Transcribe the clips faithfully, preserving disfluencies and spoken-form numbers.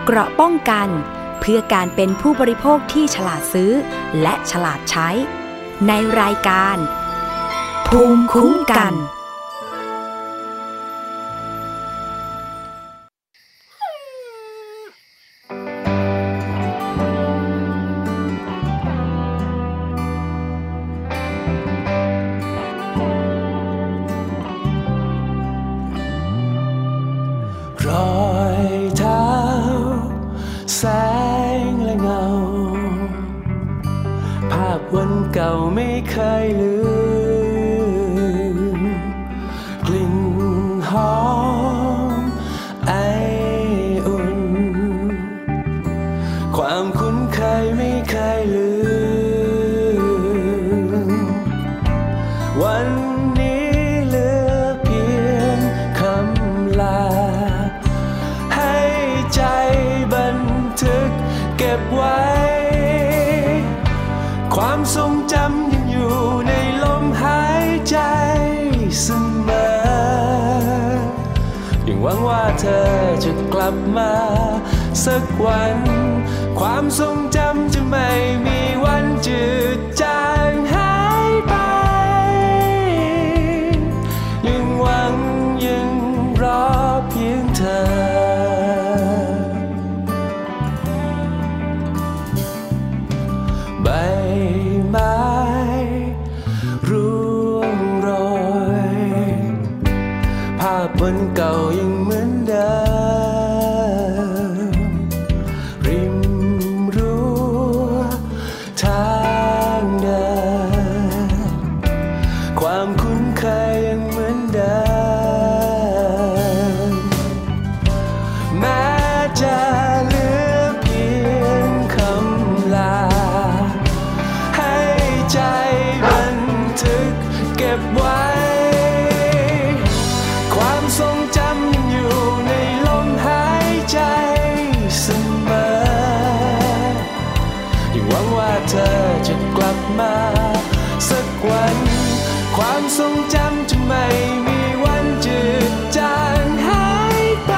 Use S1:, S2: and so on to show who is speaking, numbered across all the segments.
S1: เกราะป้องกันเพื่อการเป็นผู้บริโภคที่ฉลาดซื้อและฉลาดใช้ในรายการภูมิคุ้มกัน
S2: วันเก่าไม่เคยลืมกลิ่นหอมไออุ่นความคุ้นเคยไม่เคยลืมวันนี้เหลือเพียงคำลาให้ใจบันทึกเก็บไว้ความทรงจำยังอยู่ในลมหายใจเสมอยังหวังว่าเธอจะกลับมาสักวันความทรงจำจะไม่มีวันจืดจางหายไปยังหวังยังรอเพียงเธอใบไม้ร่วงโรยภาพวันเก่ายังเหมือนเดิมริมรั้วทางเดินความคุ้นเคยยังเหมือนเดิมแม้จะเหลือเพียงคำลาใจบันทึกเก็บไว้ความทรงจำยังอยู่ในลมหายใจเสมอยังหวังว่าเธอจะกลับมาสักวันความทรงจำจะไม่มีวันจืดจางหายไป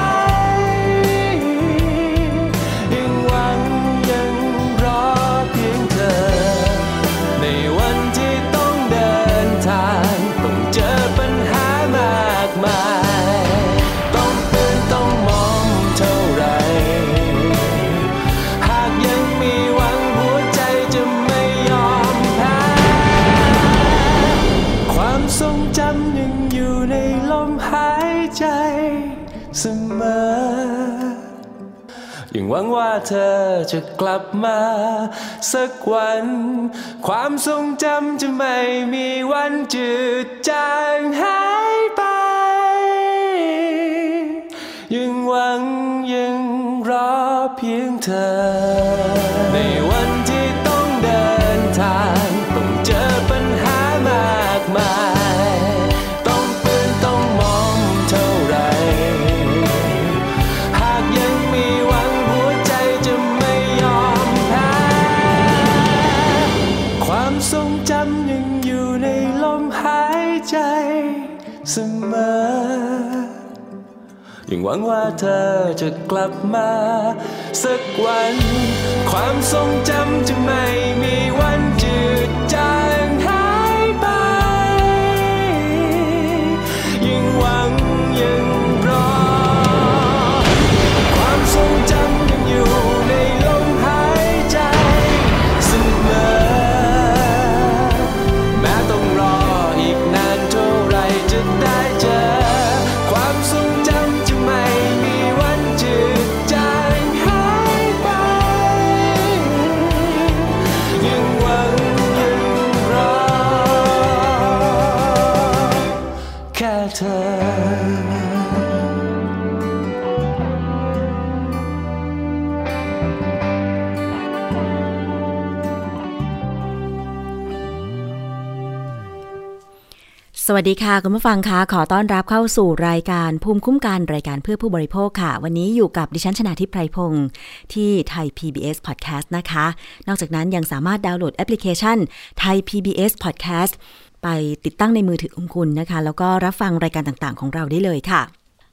S2: ยังหวังยังรอเพียงเธอในวันที่ต้องเดินทางต้องเจอปัญหามากมายต้องตื่นต้องมองเท่าไรหากยังมีหวังหัวใจจะไม่ยอมแพ้ความทรงจำยังอยู่ในลมหายใจเสมอยังหวังว่าเธอจะกลับมาสักวันความทรงจำจะไม่มีวันจืดจางหายไปยังหวังยังรอเพียงเธอในวันที่ต้องเดินทางต้องเจอปัญหามากมายต้องตื่นต้องมองเท่าไรหากยังมีหวังหัวใจจะไม่ยอมแพ้ความทรงจำยังอยู่ในลมหายใจเสมอยังหวังว่าเธอจะกลับมาสักวันความทรงจำจะไม่มีวันจืดจางหายไปยังหวังยังรอความทรงจำยังอยู่ในลมหายใจเสมอแม้ต้องรออีกนานเท่าไรจะได้เจอความทรงจำจะไม่มีวันจืดจางหายไปยังหวังยังรอแค่เธอ
S1: สวัสดีค่ะคุณผู้ฟังคะขอต้อนรับเข้าสู่รายการภูมิคุ้มกันรายการเพื่อผู้บริโภคค่ะวันนี้อยู่กับดิฉันชนาทิพย์ไพรพงศ์ที่ไทย พี บี เอส Podcast นะคะนอกจากนั้นยังสามารถดาวน์โหลดแอปพลิเคชันไทย พี บี เอส Podcast ไปติดตั้งในมือถือของคุณนะคะแล้วก็รับฟังรายการต่างๆของเราได้เลยค่ะ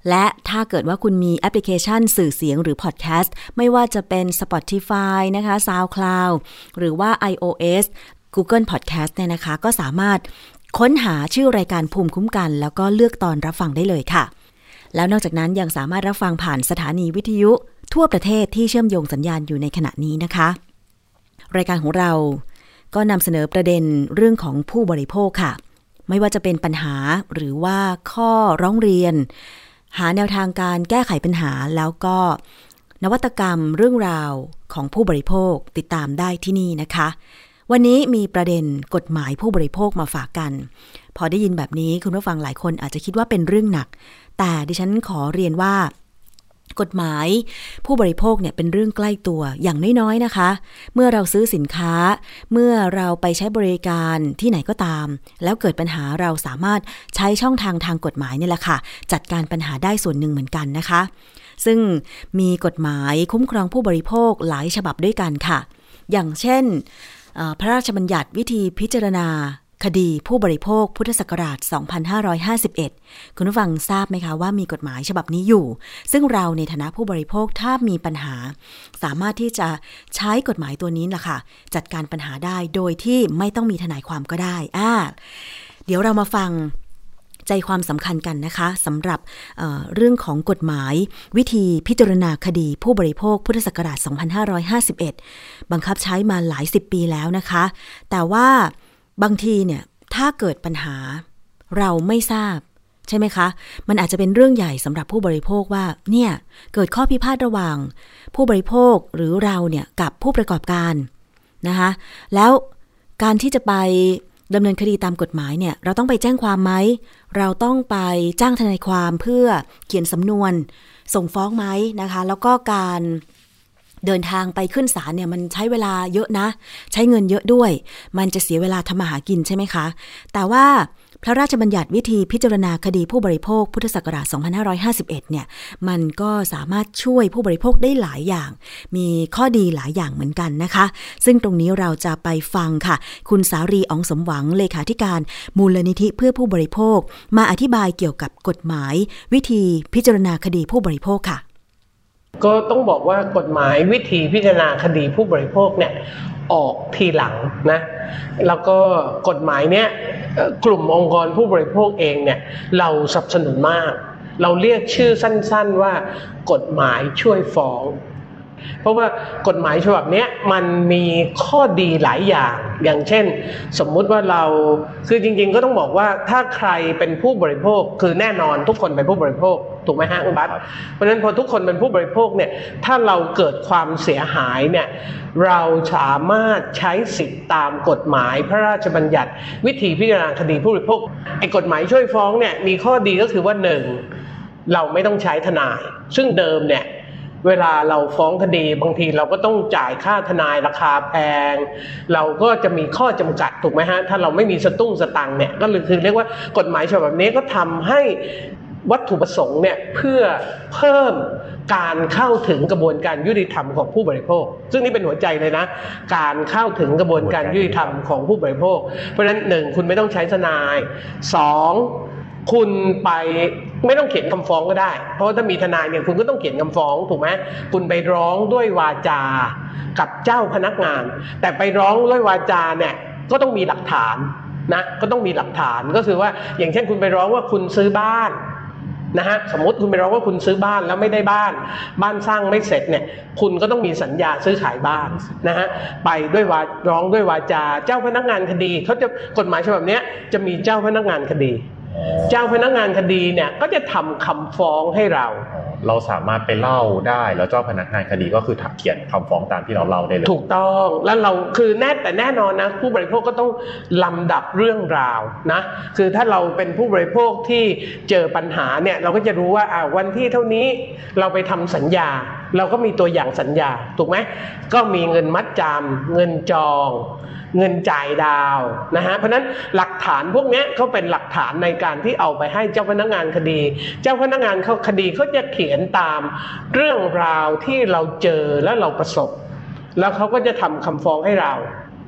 S1: และถ้าเกิดว่าคุณมีแอปพลิเคชันสื่อเสียงหรือพอดแคสต์ไม่ว่าจะเป็น Spotify นะคะ SoundCloud หรือว่า iOS Google Podcast เนี่ยนะคะก็สามารถค้นหาชื่อรายการภูมิคุ้มกันแล้วก็เลือกตอนรับฟังได้เลยค่ะแล้วนอกจากนั้นยังสามารถรับฟังผ่านสถานีวิทยุทั่วประเทศที่เชื่อมโยงสัญญาณอยู่ในขณะนี้นะคะรายการของเราก็นำเสนอประเด็นเรื่องของผู้บริโภคค่ะไม่ว่าจะเป็นปัญหาหรือว่าข้อร้องเรียนหาแนวทางการแก้ไขปัญหาแล้วก็นวัตกรรมเรื่องราวของผู้บริโภคติดตามได้ที่นี่นะคะวันนี้มีประเด็นกฎหมายผู้บริโภคมาฝากกันพอได้ยินแบบนี้คุณผู้ฟังหลายคนอาจจะคิดว่าเป็นเรื่องหนักแต่ดิฉันขอเรียนว่ากฎหมายผู้บริโภคเนี่ยเป็นเรื่องใกล้ตัวอย่างน้อยๆนะคะเมื่อเราซื้อสินค้าเมื่อเราไปใช้บริการที่ไหนก็ตามแล้วเกิดปัญหาเราสามารถใช้ช่องทางทางกฎหมายนี่แหละค่ะจัดการปัญหาได้ส่วนหนึ่งเหมือนกันนะคะซึ่งมีกฎหมายคุ้มครองผู้บริโภคหลายฉบับด้วยกันค่ะอย่างเช่นพระราชบัญญัติวิธีพิจารณาคดีผู้บริโภคพุทธศักราชสองพันห้าร้อยห้าสิบเอ็ดคุณผู้ฟังทราบไหมคะว่ามีกฎหมายฉบับนี้อยู่ซึ่งเราในฐานะผู้บริโภคถ้ามีปัญหาสามารถที่จะใช้กฎหมายตัวนี้ล่ะค่ะจัดการปัญหาได้โดยที่ไม่ต้องมีทนายความก็ได้อ่าเดี๋ยวเรามาฟังใจความสำคัญกันนะคะสำหรับ เอ่อ เรื่องของกฎหมายวิธีพิจารณาคดีผู้บริโภคพุทธศักราชสองพันห้าร้อยห้าสิบเอ็ดบังคับใช้มาหลายสิบปีแล้วนะคะแต่ว่าบางทีเนี่ยถ้าเกิดปัญหาเราไม่ทราบใช่ไหมคะมันอาจจะเป็นเรื่องใหญ่สำหรับผู้บริโภคว่าเนี่ยเกิดข้อพิพาทระหว่างผู้บริโภคหรือเราเนี่ยกับผู้ประกอบการนะคะแล้วการที่จะไปดำเนินคดีตามกฎหมายเนี่ยเราต้องไปแจ้งความไหมเราต้องไปจ้างทนายความเพื่อเขียนสำนวนส่งฟ้องไหมนะคะแล้วก็การเดินทางไปขึ้นศาลเนี่ยมันใช้เวลาเยอะนะใช้เงินเยอะด้วยมันจะเสียเวลาทำมาหากินใช่ไหมคะแต่ว่าพระราชบัญญัติวิธีพิจารณาคดีผู้บริโภคพุทธศักราชสองพันห้าร้อยห้าสิบเอ็ดเนี่ยมันก็สามารถช่วยผู้บริโภคได้หลายอย่างมีข้อดีหลายอย่างเหมือนกันนะคะซึ่งตรงนี้เราจะไปฟังค่ะคุณสารีอ๋องสมหวังเลขาธิการมูลนิธิเพื่อผู้บริโภคมาอธิบายเกี่ยวกับกฎหมายวิธีพิจารณาคดีผู้บริโภคค่ะ
S3: ก็ต้องบอกว่ากฎหมายวิธีพิจารณาคดีผู้บริโภคเนี่ยออกทีหลังนะแล้วก็กฎหมายเนี้ยกลุ่มองค์กรผู้บริโภคเองเนี่ยเราสนับสนุนมากเราเรียกชื่อสั้นๆว่ากฎหมายช่วยฟ้องเพราะว่ากฎหมายฉบับนี้มันมีข้อดีหลายอย่างอย่างเช่นสมมุติว่าเราคือจริงๆก็ต้องบอกว่าถ้าใครเป็นผู้บริโภคคือแน่นอนทุกคนเป็นผู้บริโภคถูกไหมฮะคุณบัสเพราะฉะนั้นพอทุกคนเป็นผู้บริโภคเนี่ยถ้าเราเกิดความเสียหายเนี่ยเราสามารถใช้สิทธิตามกฎหมายพระราชบัญญัติวิธีพิจารณาคดีผู้บริโภคไอ้กฎหมายช่วยฟ้องเนี่ยมีข้อดีก็คือว่าหนึ่งเราไม่ต้องใช้ทนายซึ่งเดิมเนี่ยเวลาเราฟ้องคดีบางทีเราก็ต้องจ่ายค่าทนายราคาแพงเราก็จะมีข้อจำกัดถูกไหมฮะถ้าเราไม่มีสตุ้งสตังค์เนี่ยก็คือเรียกว่ากฎหมายฉบับนี้ก็ทำให้วัตถุประสงค์เนี่ยเพื่อเพิ่มการเข้าถึงกระบวนการยุติธรรมของผู้บริโภคซึ่งนี่เป็นหัวใจเลยนะการเข้าถึงกระบวนการยุติธรรมของผู้บริโภคเพราะฉะนั้นหนึ่งคุณไม่ต้องใช้ทนายสองคุณไปไม่ต้องเขียนคำฟ้องก็ได้เพราะถ้ามีทนายเนี่ยคุณก็ต้องเขียนคำฟ้องถูกไหมคุณไปร้องด้วยวาจากับเจ้าพนักงานแต่ไปร้องด้วยวาจาเนี่ยก็ต้องมีหลักฐานนะก็ต้องมีหลักฐานก็คือว่าอย่างเช่นคุณไปร้องว่าคุณซื้อบ้านนะฮะสมมติคุณไปร้องว่าคุณซื้อบ้านแล้วไม่ได้บ้านบ้านสร้างไม่เสร็จเนี่ยคุณก็ต้องมีสัญญาซื้อขายบ้านนะฮะไปด้วยวาร้องด้วยวาจาเจ้าพนักงานคดีเขาจะกฎหมายฉบับนี้จะมีเจ้าพนักงานคดีเจ้าพนักงานคดีเนี่ยก็จะทำคำฟ้องให้เรา
S4: เราสามารถไปเล่าได้แล้วเจ้าพนักงานคดีก็คือเขียนคำฟ้องตามที่เราเล่าได้เลย
S3: ถูกต้องแล้วเราคือแน่แต่แน่นอนนะผู้บริโภคก็ต้องลำดับเรื่องราวนะคือถ้าเราเป็นผู้บริโภคที่เจอปัญหาเนี่ยเราก็จะรู้ว่าอ่าวันที่เท่านี้เราไปทำสัญญาเราก็มีตัวอย่างสัญญาถูกไหมก็มีเงินมัดจำเงินจองเงินจ่ายดาวนะฮะเพราะนั้นหลักฐานพวกนี้เขาเป็นหลักฐานในการที่เอาไปให้เจ้าพนักงานคดีเจ้าพนักงานเขาคดีเขาจะเขียนตามเรื่องราวที่เราเจอและเราประสบแล้วเขาก็จะทำคำฟ้องให้เรา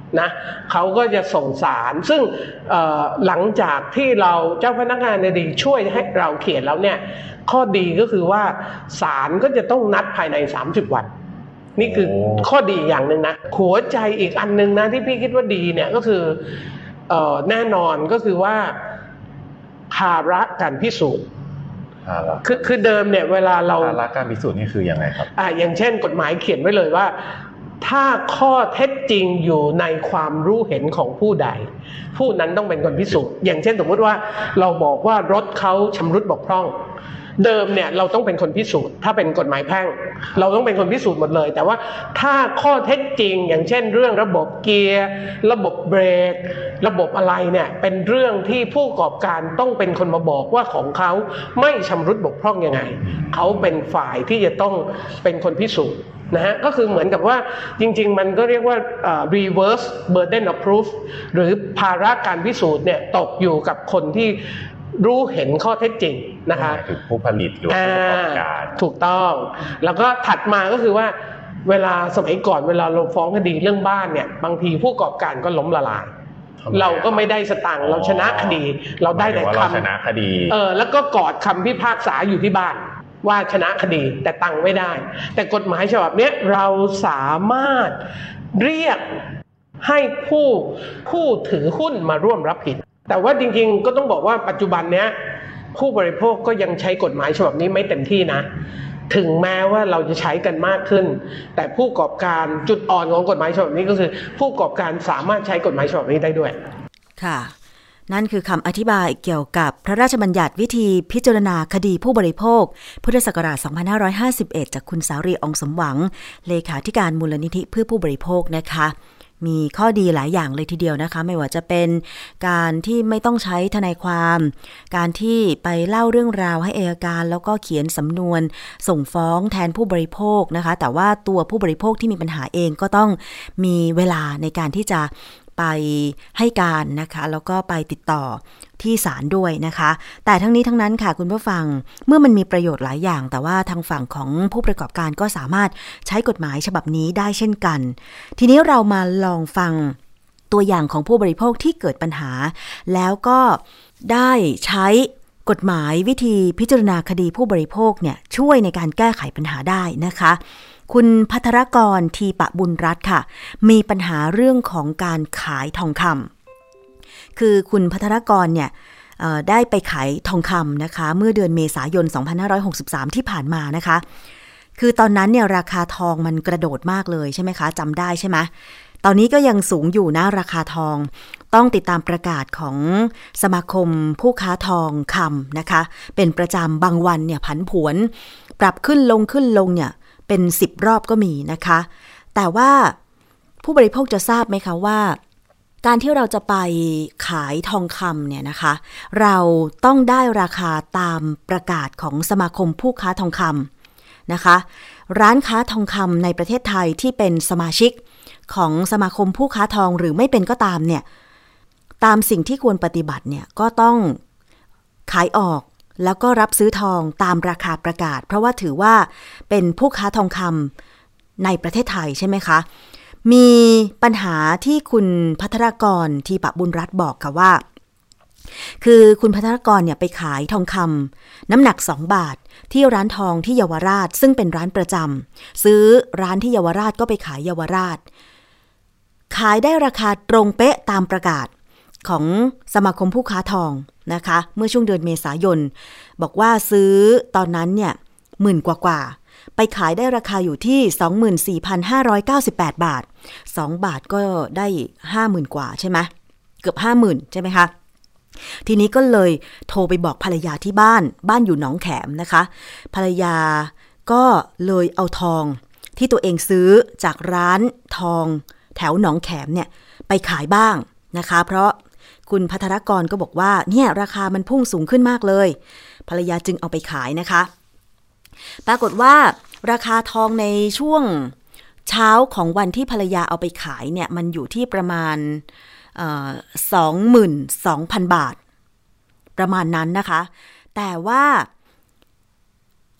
S3: นะเขาก็จะส่งสารซึ่งหลังจากที่เราเจ้าพนักงานคดีช่วยให้เราเขียนแล้วเนี่ยข้อดีก็คือว่าศาลก็จะต้องนัดภายในสามสิบวันนี่คือข้อดีอย่างหนึ่งนะหัวใจอีกอันนึงนะที่พี่คิดว่าดีเนี่ยก็คือเอ่อแน่นอนก็คือว่าภาระการพิสูจน์คือคือเดิมเนี่ยเวลาเรา
S4: ภาระการพิสูจน์นี่คือยังไงครับ
S3: อ่าอย่างเช่นกฎหมายเขียนไว้เลยว่าถ้าข้อเท็จจริงอยู่ในความรู้เห็นของผู้ใดผู้นั้นต้องเป็นคนพิสูจน์อย่างเช่นสมมติว่าเราบอกว่ารถเขาชำรุดบกพร่องเดิมเนี่ยเราต้องเป็นคนพิสูจน์ถ้าเป็นกฎหมายแพ่งเราต้องเป็นคนพิสูจน์หมดเลยแต่ว่าถ้าข้อเท็จจริงอย่างเช่นเรื่องระบบเกียร์ระบบเบรกระบบอะไรเนี่ยเป็นเรื่องที่ผู้ประกอบการต้องเป็นคนมาบอกว่าของเขาไม่ชำรุดบกพร่องยังไงเขาเป็นฝ่ายที่จะต้องเป็นคนพิสูจน์นะฮะก็คือเหมือนกับว่าจริงๆมันก็เรียกว่า uh, reverse burden of proof หรือภาระการพิสูจน์เนี่ยตกอยู่กับคนที่รู้เห็นข้อเท็จจริงนะคะ
S4: คือผู้ผลิตหรือผู้ประกอบการ
S3: ถูกต้องแล้วก็ถัดมาก็คือว่าเวลาสมัยก่อนเวลาเราฟ้องคดีเรื่องบ้านเนี่ยบางทีผู้ประกอบการก็ล้มละลายเราก็ไม่ได้สตางค์เราชนะคดีเราได้แต่คำ
S4: ชนะคดี
S3: เออแล้วก็กอดคำพิพากษาอยู่ที่บ้านว่าชนะคดีแต่ตังค์ไม่ได้แต่กฎหมายฉบับนี้เราสามารถเรียกให้ผู้ผู้ถือหุ้นมาร่วมรับผิดแต่ว่าจริงๆก็ต้องบอกว่าปัจจุบันเนี้ยผู้บริโภคก็ยังใช้กฎหมายฉบับนี้ไม่เต็มที่นะถึงแม้ว่าเราจะใช้กันมากขึ้นแต่ผู้ประกอบการจุดอ่อนของกฎหมายฉบับนี้ก็คือผู้ประกอบการสามารถใช้กฎหมายฉบับนี้ได้ด้วย
S1: ค่ะนั่นคือคำอธิบายเกี่ยวกับพระราชบัญญัติวิธีพิจารณาคดีผู้บริโภคพุทธศักราชสองพันห้าร้อยห้าสิบเอ็ดจากคุณสารีอองสมหวังเลขาธิการมูลนิธิเพื่อผู้บริโภคนะคะมีข้อดีหลายอย่างเลยทีเดียวนะคะไม่ว่าจะเป็นการที่ไม่ต้องใช้ทนายความการที่ไปเล่าเรื่องราวให้อัยการแล้วก็เขียนสำนวนส่งฟ้องแทนผู้บริโภคนะคะแต่ว่าตัวผู้บริโภคที่มีปัญหาเองก็ต้องมีเวลาในการที่จะไปให้การนะคะแล้วก็ไปติดต่อที่ศาลด้วยนะคะแต่ทั้งนี้ทั้งนั้นค่ะคุณผู้ฟังเมื่อมันมีประโยชน์หลายอย่างแต่ว่าทางฝั่งของผู้ประกอบการก็สามารถใช้กฎหมายฉบับนี้ได้เช่นกันทีนี้เรามาลองฟังตัวอย่างของผู้บริโภคที่เกิดปัญหาแล้วก็ได้ใช้กฎหมายวิธีพิจารณาคดีผู้บริโภคเนี่ยช่วยในการแก้ไขปัญหาได้นะคะคุณภัทรกรทีปะบุญรัตน์ค่ะมีปัญหาเรื่องของการขายทองคำคือคุณภัทรกรเนี่ยได้ไปขายทองคำนะคะเมื่อเดือนเมษายนสองพันห้าร้อยหกสิบสามที่ผ่านมานะคะคือตอนนั้นเนี่ยราคาทองมันกระโดดมากเลยใช่ไหมคะจำได้ใช่ไหมตอนนี้ก็ยังสูงอยู่นะราคาทองต้องติดตามประกาศของสมาคมผู้ค้าทองคำนะคะเป็นประจำบางวันเนี่ยผันผวนปรับขึ้นลงขึ้นลงเนี่ยเป็นสิบรอบก็มีนะคะแต่ว่าผู้บริโภคจะทราบไหมคะว่าการที่เราจะไปขายทองคำเนี่ยนะคะเราต้องได้ราคาตามประกาศของสมาคมผู้ค้าทองคำนะคะร้านค้าทองคำในประเทศไทยที่เป็นสมาชิกของสมาคมผู้ค้าทองหรือไม่เป็นก็ตามเนี่ยตามสิ่งที่ควรปฏิบัติเนี่ยก็ต้องขายออกแล้วก็รับซื้อทองตามราคาประกาศเพราะว่าถือว่าเป็นผู้ค้าทองคำในประเทศไทยใช่ไหมคะมีปัญหาที่คุณภัทรกรทีปะบุญรัตน์บอกค่ะว่าคือคุณภัทรกรเนี่ยไปขายทองคำน้ำหนักสองบาทที่ร้านทองที่เยาวราชซึ่งเป็นร้านประจำซื้อร้านที่เยาวราชก็ไปขายเยาวราชขายได้ราคาตรงเป๊ะตามประกาศของสมาคมผู้ค้าทองนะคะเมื่อช่วงเดือนเมษายนบอกว่าซื้อตอนนั้นเนี่ยหมื่นกว่าๆไปขายได้ราคาอยู่ที่ สองหมื่นสี่พันห้าร้อยเก้าสิบแปด บาทสองบาทก็ได้ ห้าหมื่น กว่าใช่ไหมเกือบ ห้าหมื่น ใช่ไหมคะทีนี้ก็เลยโทรไปบอกภรรยาที่บ้านบ้านอยู่หนองแขมนะคะภรรยาก็เลยเอาทองที่ตัวเองซื้อจากร้านทองแถวหนองแขมเนี่ยไปขายบ้างนะคะเพราะคุณภัทรกรก็บอกว่าเนี่ยราคามันพุ่งสูงขึ้นมากเลยภรรยาจึงเอาไปขายนะคะปรากฏว่าราคาทองในช่วงเช้าของวันที่ภรรยาเอาไปขายเนี่ยมันอยู่ที่ประมาณเอ่อ สองหมื่นสองพัน บาทประมาณนั้นนะคะแต่ว่า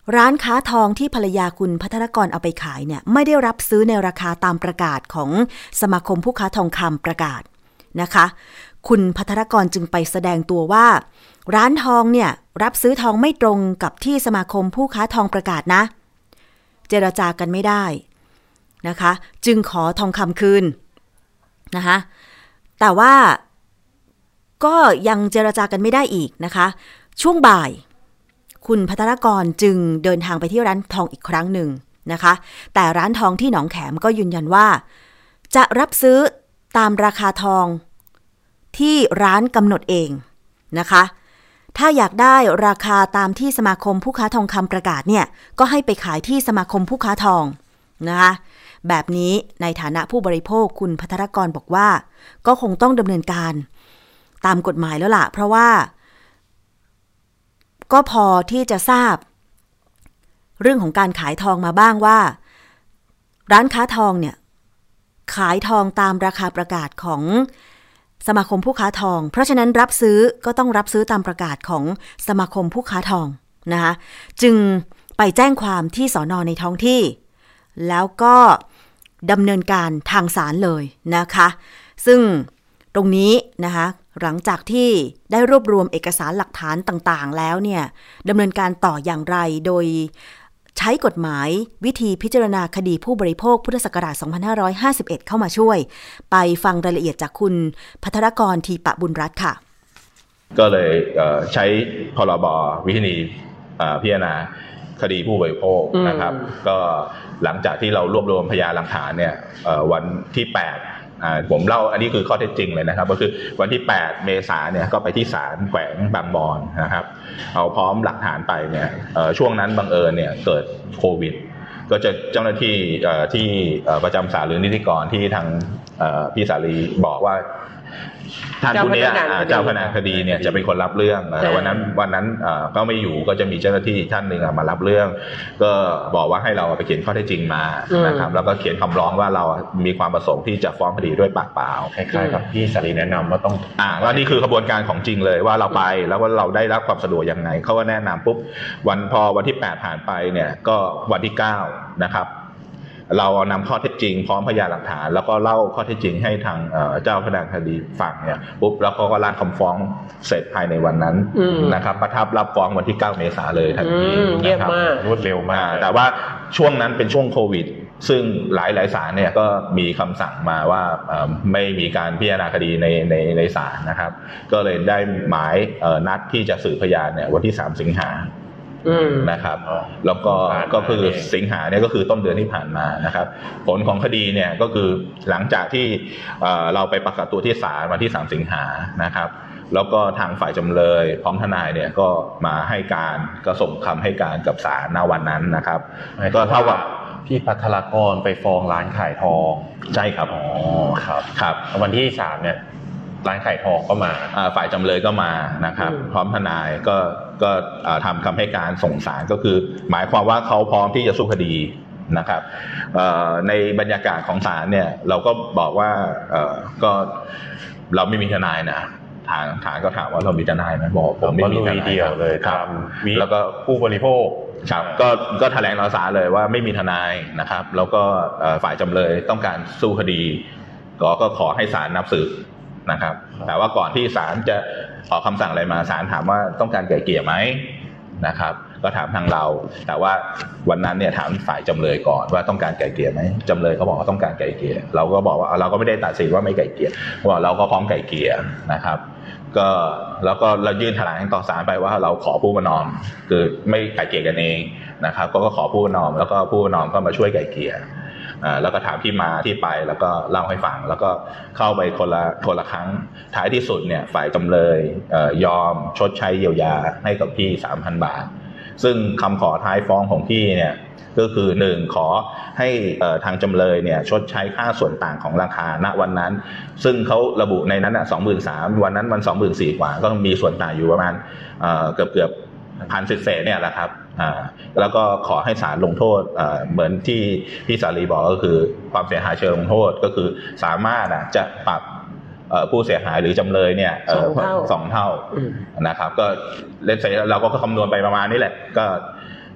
S1: ร้านค้าทองที่ภรรยาคุณภัทรกรเอาไปขายเนี่ยไม่ได้รับซื้อในราคาตามประกาศของสมาคมผู้ค้าทองคำประกาศนะคะคุณภัทรกรจึงไปแสดงตัวว่าร้านทองเนี่ยรับซื้อทองไม่ตรงกับที่สมาคมผู้ค้าทองประกาศนะเจรจากันไม่ได้นะคะจึงขอทองคำคืนนะคะแต่ว่าก็ยังเจรจากันไม่ได้อีกนะคะช่วงบ่ายคุณภัทรกรจึงเดินทางไปที่ร้านทองอีกครั้งหนึ่งนะคะแต่ร้านทองที่หนองแขมก็ยืนยันว่าจะรับซื้อตามราคาทองที่ร้านกำหนดเองนะคะถ้าอยากได้ราคาตามที่สมาคมผู้ค้าทองคำประกาศเนี่ยก็ให้ไปขายที่สมาคมผู้ค้าทองนะคะแบบนี้ในฐานะผู้บริโภคคุณภัทรกรบอกว่าก็คงต้องดำเนินการตามกฎหมายแล้วล่ะเพราะว่าก็พอที่จะทราบเรื่องของการขายทองมาบ้างว่าร้านค้าทองเนี่ยขายทองตามราคาประกาศของสมาคมผู้ค้าทองเพราะฉะนั้นรับซื้อก็ต้องรับซื้อตามประกาศของสมาคมผู้ค้าทองนะคะจึงไปแจ้งความที่สน.ในท้องที่แล้วก็ดำเนินการทางศาลเลยนะคะซึ่งตรงนี้นะคะหลังจากที่ได้รวบรวมเอกสารหลักฐานต่างๆแล้วเนี่ยดำเนินการต่ออย่างไรโดยใช้กฎหมายวิธีพิจารณาคดีผู้บริโภคพุทธศักราชสองพันห้าร้อยห้าสิบเอ็ดเข้ามาช่วยไปฟังรายละเอียดจากคุณภัทรกรทีปะบุญรัตน์ค่ะ
S5: ก็เลยใช้พรบวิธีพิจารณาคดีผู้บริโภคนะครับก็หลังจากที่เรารวบรวมพยานหลักฐานเนี่ยวันที่แปดผมเล่าอันนี้คือข้อเท็จจริงเลยนะครับก็คือวันที่แปดเมษายนเนี่ยก็ไปที่ศาลแขวงบางบอนนะครับเอาพร้อมหลักฐานไปเนี่ยช่วงนั้นบังเอิญเนี่ยเกิดโควิดก็จะเจ้าหน้าที่ที่ประจำศาลหรือนิติกรที่ทางพี่สาลีบอกว่าท่านผู้นี้เจ้าพนักงานคดีเนี่ยจะเป็นคนรับเรื่องแต่วันนั้นวันนั้นก็ไม่อยู่ก็จะมีเจ้าหน้าที่ท่านหนึ่งมารับเรื่องก็บอกว่าให้เราไปเขียนข้อเท็จจริงมานะครับแล้วก็เขียนคำร้องว่าเรามีความประสงค์ที่จะฟ้องคดีด้วยปากเปล่า
S4: คล้ายๆกับพี่สาลีแนะนำว่าต้อง
S5: อ่าว่านี่คือกระบวนการของจริงเลยว่าเราไปแล้วว่าเราได้รับความสะดวกยังไงเขาก็แนะนำปุ๊บวันพอวันที่แปดผ่านไปเนี่ยก็วันที่เก้านะครับเรานำข้อเท็จจริงพร้อมพยานหลักฐานแล้วก็เล่าข้อเท็จจริงให้ทางเจ้าพนักงานคดีฟังเนี่ยปุ๊บแล้วเขาก็ร่างคำฟ้องเสร็จภายในวันนั้นนะครับประทับรับฟ้องวันที่เก้าเมษายนเลยทันที
S3: นะครับ
S5: รวดเร็วมากแต่ว่าช่วงนั้นเป็นช่วงโควิดซึ่งหลายหลายศาลเนี่ยก็มีคำสั่งมาว่าไม่มีการพิจารณาคดีในในในศาลนะครับก็เลยได้หมายนัดที่จะสืบพยานเนี่ยวันที่สามสิงหานะครับแล้วก็ก็คือสิงหาเนี่ยก็คือต้นเดือนที่ผ่านมานะครับผลของคดีเนี่ยก็คือหลังจากที่เราไปประกาศตัวที่ศาลวันที่สามสิงหานะครับแล้วก็ทางฝ่ายจำเลยพร้อมทนายเนี่ยก็มาให้การก็ส่งคำให้การกับศาลณวันนั้นนะครับ
S4: ก็เท่ากับพี่ภัทรกรไปฟ้องร้านขายทอง
S5: ใช่ครับ
S4: อ๋อครับ
S5: ครับ
S4: วันที่สามเนี่ยร้านขายทองก็มา
S5: ฝ่ายจำเลยก็มานะครับพร้อมทนายก็ก็ทำคำให้การส่งศาลก็คือหมายความว่าเขาพร้อมที่จะสู้คดีนะครับในบรรยากาศของศาลเนี่ยเราก็บอกว่าก็เราไม่มีทนายนะทางทางก็ถามว่าเรามีทนายไหมบอกผมไม่มีทนาย
S4: เดียวเลย
S5: ครับแล้วก็
S4: ผู้บริโภค
S5: ครับก็ก็แถลงต่อศาลเลยว่าไม่มีทนายนะครับแล้วก็ฝ่ายจำเลยต้องการสู้คดีก็ก็ขอให้ศาลนับสืบนะครับแต่ว่าก่อนที่ศาลจะออกคำสั่งอะไรมาศาลถามว่าต้องการไกล่เกลี่ยไหมนะครับก็ถามทางเราแต่ว่าวันนั้นเนี่ยถามฝ่ายจำเลยก่อนว่าต้องการไกล่เกลี่ยไหมจำเลยเขาบอกว่าต้องการไกล่เกลี่ยเราก็บอกว่าเราก็ไม่ได้ตัดสินว่าไม่ไกล่เกลี่ยว่าเราก็พร้อมไกล่เกลี่ยนะครับก็แล้วก็เรายื่นแถลงต่อศาลไปว่าเราขอผู้ประนอมคือไม่ไกล่เกลี่ยกันเองนะครับก็ขอผู้ประนอมแล้วก็ผู้ประนอมก็มาช่วยไกล่เกลี่ยแล้วก็ถามที่มาที่ไปแล้วก็เล่าให้ฟังแล้วก็เข้าไปคนละคนละครั้งท้ายที่สุดเนี่ยฝ่ายจำเลยยอมชดใช้เยียวยาให้กับพี่ สามพัน บาทซึ่งคำขอท้ายฟ้องของพี่เนี่ยก็คือหนึ่งขอให้ทางจำเลยเนี่ยชดใช้ค่าส่วนต่างของราคาณวันนั้นซึ่งเขาระบุในนั้นอ่ะ สองหมื่นสามพัน วันนั้นมัน สองหมื่นสี่พัน กว่าก็มีส่วนต่างอยู่ประมาณเกือบๆพันเศษๆเนี่ยแหละครับอ่าแล้วก็ขอให้ศาลลงโทษอ่าเหมือนที่พี่สาลีบอกก็คือความเสียหายเชิงลงโทษก็คือสามารถอ่ะจะปรับเอ่อผู้เสียหายหรือจำเลยเนี่ยเอ่อสองเท่านะครับก็เลนส์เราก็คำนวณไปประมาณนี้แหละก็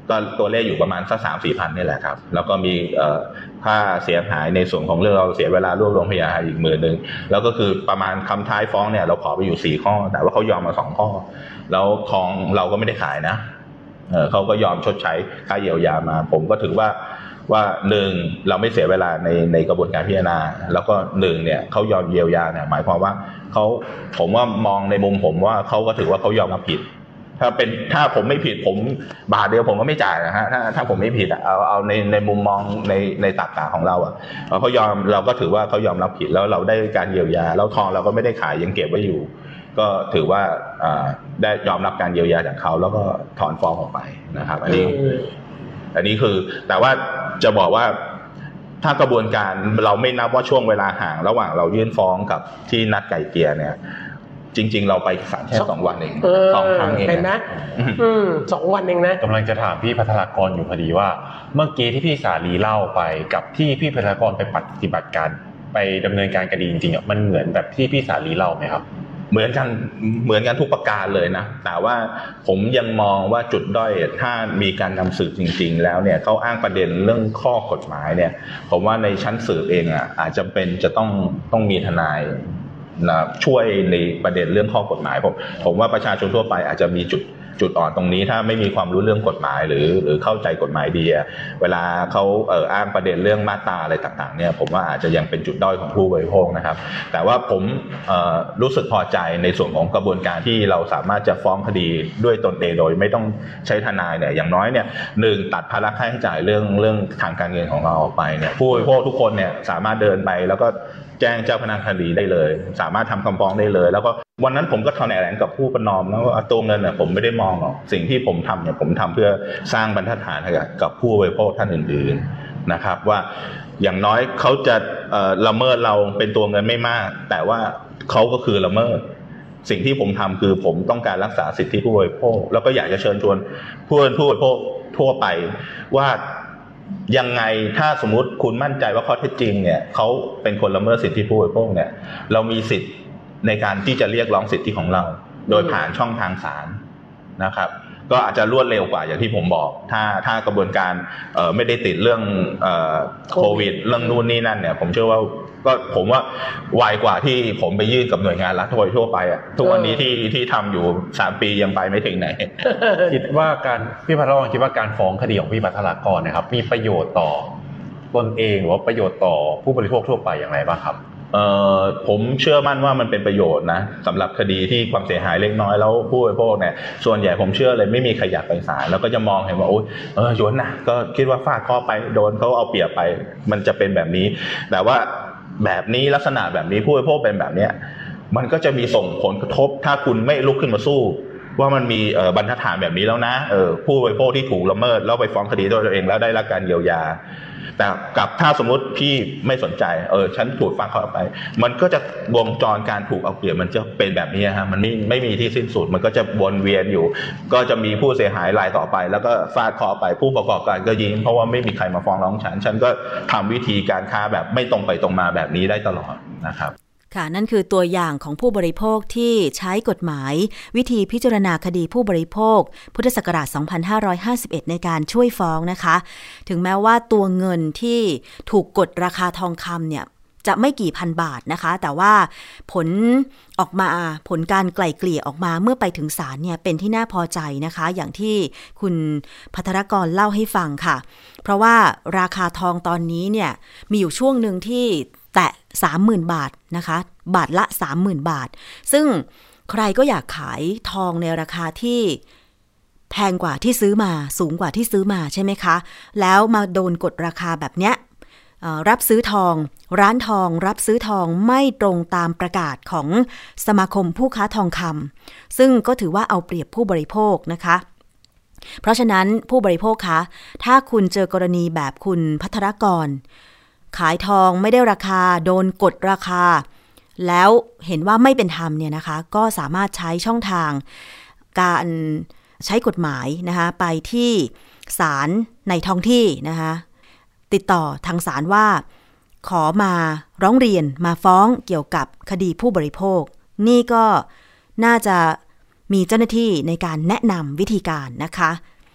S5: ก็ตัวเลขอยู่ประมาณสักสามสี่พันนี่แหละครับแล้วก็มีค่าเสียหายในส่วนของเรื่องเราเสียเวลารวบรวมพยานอีกหมื่นนึงแล้วก็คือประมาณคำท้ายฟ้องเนี่ยเราขอไปอยู่สี่ข้อแต่ว่าเขายอมมาสองข้อแล้วทองเราก็ไม่ได้ขายนะเออเขาก็ยอมชดใช้ค่าเยียวยามาผมก็ถือว่าว่าหนึ่งเราไม่เสียเวลาในในกระบวนการพิจารณาแล้วก็หนึ่งเนี่ยเขายอมเยียวยาเนี่ยหมายความว่าเขาผมว่ามองในมุมผมว่าเขาก็ถือว่าเขายอมรับผิดถ้าเป็นถ้าผมไม่ผิดผมบาทเดียวผมก็ไม่จ่ายนะฮะถ้าถ้าผมไม่ผิดเอาเอาในในมุมมองในในตรรกะของเราอ่ะเขายอมเราก็ถือว่าเขายอมรับผิดแล้วเราได้การเยียวยาแล้วทองเราก็ไม่ได้ขายยังเก็บไว้อยู่ก็ถือว่าได้ยอมรับการเยียวยาจากเขาแล้วก็ถอนฟ้องออกไปนะครับอันนี้อันนี้คือแต่ว่าจะบอกว่าถ้ากระบวนการเราไม่นับว่าช่วงเวลาห่างระหว่างเรายื่นฟ้องกับที่นัดไกล่เกลี่ยเนี่ยจริงๆเราไปศาลแค่สองวันเองสองครั้งเอง
S3: เห็นไหมอืมสองวันเองนะ
S4: กำลังจะถามพี่ภัทรกรอยู่พอดีว่าเมื่อกี้ที่พี่สาลีเล่าไปกับที่พี่ภัทรกรไปปฏิบัติการไปดำเนินการคดีจริงๆอ่ะมันเหมือนแบบที่พี่สาลีเล่าไหมครับ
S5: เหมือนกันเหมือนกันทุกประการเลยนะแต่ว่าผมยังมองว่าจุดด้อยถ้ามีการนำสืบจริงๆแล้วเนี่ยเขาอ้างประเด็นเรื่องข้อกฎหมายเนี่ยผมว่าในชั้นสืบเองอ่ะอาจจะเป็นจะต้องต้องมีทนายนะช่วยในประเด็นเรื่องข้อกฎหมายผมผมว่าประชาชนทั่วไปอาจจะมีจุดจุดอ่อนตรงนี้ถ้าไม่มีความรู้เรื่องกฎหมายหรือหรือเข้าใจกฎหมายดีเวลาเขาเอ่ออ้างประเด็นเรื่องมาตราอะไรต่างๆเนี่ยผมว่าอาจจะยังเป็นจุดด้อยของผู้บริโภคนะครับแต่ว่าผมเอ่อรู้สึกพอใจในส่วนของกระบวนการที่เราสามารถจะฟ้องคดีด้วยตนเองโดยไม่ต้องใช้ทนายเนี่ยอย่างน้อยเนี่ยหนึ่งตัดภาระค่าใช้จ่ายเรื่องเรื่องทางการเงินของเราออกไปเนี่ยผู้บริโภคทุกคนเนี่ยสามารถเดินไปแล้วก็แจ้งเจ้าพนักงานคดีได้เลยสามารถทำคำฟ้องได้เลยแล้วก็วันนั้นผมก็แถลงกับผู้ประนอมแล้วว่าตัวเงินเนี่ยผมไม่ได้มองหรอกสิ่งที่ผมทำเนี่ยผมทำเพื่อสร้างบรรทัดฐานให้กับผู้บริโภคท่านอื่นๆนะครับว่าอย่างน้อยเขาจะละเมิดเราเป็นตัวเงินไม่มากแต่ว่าเขาก็คือละเมิดสิ่งที่ผมทำคือผมต้องการรักษาสิทธิผู้บริโภคแล้วก็อยากจะเชิญชวนผู้ผู้บริโภคทั่วไปว่ายังไงถ้าสมมุติคุณมั่นใจว่าข้อเท็จจริงเนี่ยเขาเป็นคนละเมิดสิทธิผู้บริโภคเนี่ยเรามีสิทธิ์ในการที่จะเรียกร้องสิทธิของเราโดยผ่านช่องทางศาลนะครับก็อาจจะรวดเร็วกว่าอย่างที่ผมบอกถ้าถ้ากระบวนการเอ่อไม่ได้ติดเรื่องเอ่อโควิดเรื่องนู่นนี่นั่นเนี่ยผมเชื่อว่าก็ผมว่าไวกว่าที่ผมไปยื่นกับหน่วยงานรัฐทั่วไปอ่ะทุกวันนี้ที่ที่ทำอยู่สามปียังไปไม่ถึงไหน
S4: คิดว่าการพี่ภัทรกรคิดว่าการฟ้องคดีของพี่ภัทรกรนะครับมีประโยชน์ต่อตนเองหรือว่าประโยชน์ต่อผู้บริโภคทั่วไปอย่างไรบ้างครับ
S5: เอ่อผมเชื่อมั่นว่ามันเป็นประโยชน์นะสำหรับคดีที่ความเสียหายเล็กน้อยแล้วผู้บริโภคเนี่ยส่วนใหญ่ผมเชื่อเลยไม่มีใครอยากไปศาลแล้วก็จะมองเห็นว่าโอ๊ยเออโยนนะก็คิดว่าฟาดข้อไปโดนเขาเอาเปรียบไปมันจะเป็นแบบนี้แต่ว่าแบบนี้ลักษณะแบบนี้ผู้บริโภคเป็นแบบเนี้ยมันก็จะมีส่งผลกระทบถ้าคุณไม่ลุกขึ้นมาสู้ว่ามันมีเอ่อบรรทัดฐานแบบนี้แล้วนะเออผู้บริโภคที่ถูกละเมิดแล้วไปฟ้องคดีด้วยตัวเองแล้วได้รับการเยียวยาแต่กับถ้าสมมติพี่ไม่สนใจเออฉันถูกฟังเขาไปมันก็จะวงจรการถูกเอาเปรียบมันจะเป็นแบบนี้ฮะมันไม่ไม่มีที่สิ้นสุดมันก็จะวนเวียนอยู่ก็จะมีผู้เสียหายรายต่อไปแล้วก็ฟาดคอไปผู้ประกอบการก็ยิ้มเพราะว่าไม่มีใครมาฟ้องร้องฉันฉันก็ทำวิธีการค้าแบบไม่ตรงไปตรงมาแบบนี้ได้ตลอดนะครับ
S1: ค่ะนั่นคือตัวอย่างของผู้บริโภคที่ใช้กฎหมายวิธีพิจารณาคดีผู้บริโภคพุทธศักราชสองพันห้าร้อยห้าสิบเอ็ดในการช่วยฟ้องนะคะถึงแม้ว่าตัวเงินที่ถูกกดราคาทองคำเนี่ยจะไม่กี่พันบาทนะคะแต่ว่าผลออกมาผลการไกล่เกลี่ยออกมาเมื่อไปถึงศาลเนี่ยเป็นที่น่าพอใจนะคะอย่างที่คุณภัทรกรเล่าให้ฟังค่ะเพราะว่าราคาทองตอนนี้เนี่ยมีอยู่ช่วงหนึ่งที่แตะ สามหมื่น บาทนะคะบาทละ สามหมื่น บาทซึ่งใครก็อยากขายทองในราคาที่แพงกว่าที่ซื้อมาสูงกว่าที่ซื้อมาใช่ไหมคะแล้วมาโดนกดราคาแบบเนี้ยรับซื้อทองร้านทองรับซื้อทองไม่ตรงตามประกาศของสมาคมผู้ค้าทองคำซึ่งก็ถือว่าเอาเปรียบผู้บริโภคนะคะเพราะฉะนั้นผู้บริโภคคะถ้าคุณเจอกรณีแบบคุณภัทรกรขายทองไม่ได้ราคาโดนกดราคาแล้วเห็นว่าไม่เป็นธรรมเนี่ยนะคะก็สามารถใช้ช่องทางการใช้กฎหมายนะคะไปที่ศาลในท้องที่นะคะติดต่อทางศาลว่าขอมาร้องเรียนมาฟ้องเกี่ยวกับคดีผู้บริโภคนี่ก็น่าจะมีเจ้าหน้าที่ในการแนะนำวิธีการนะคะคุ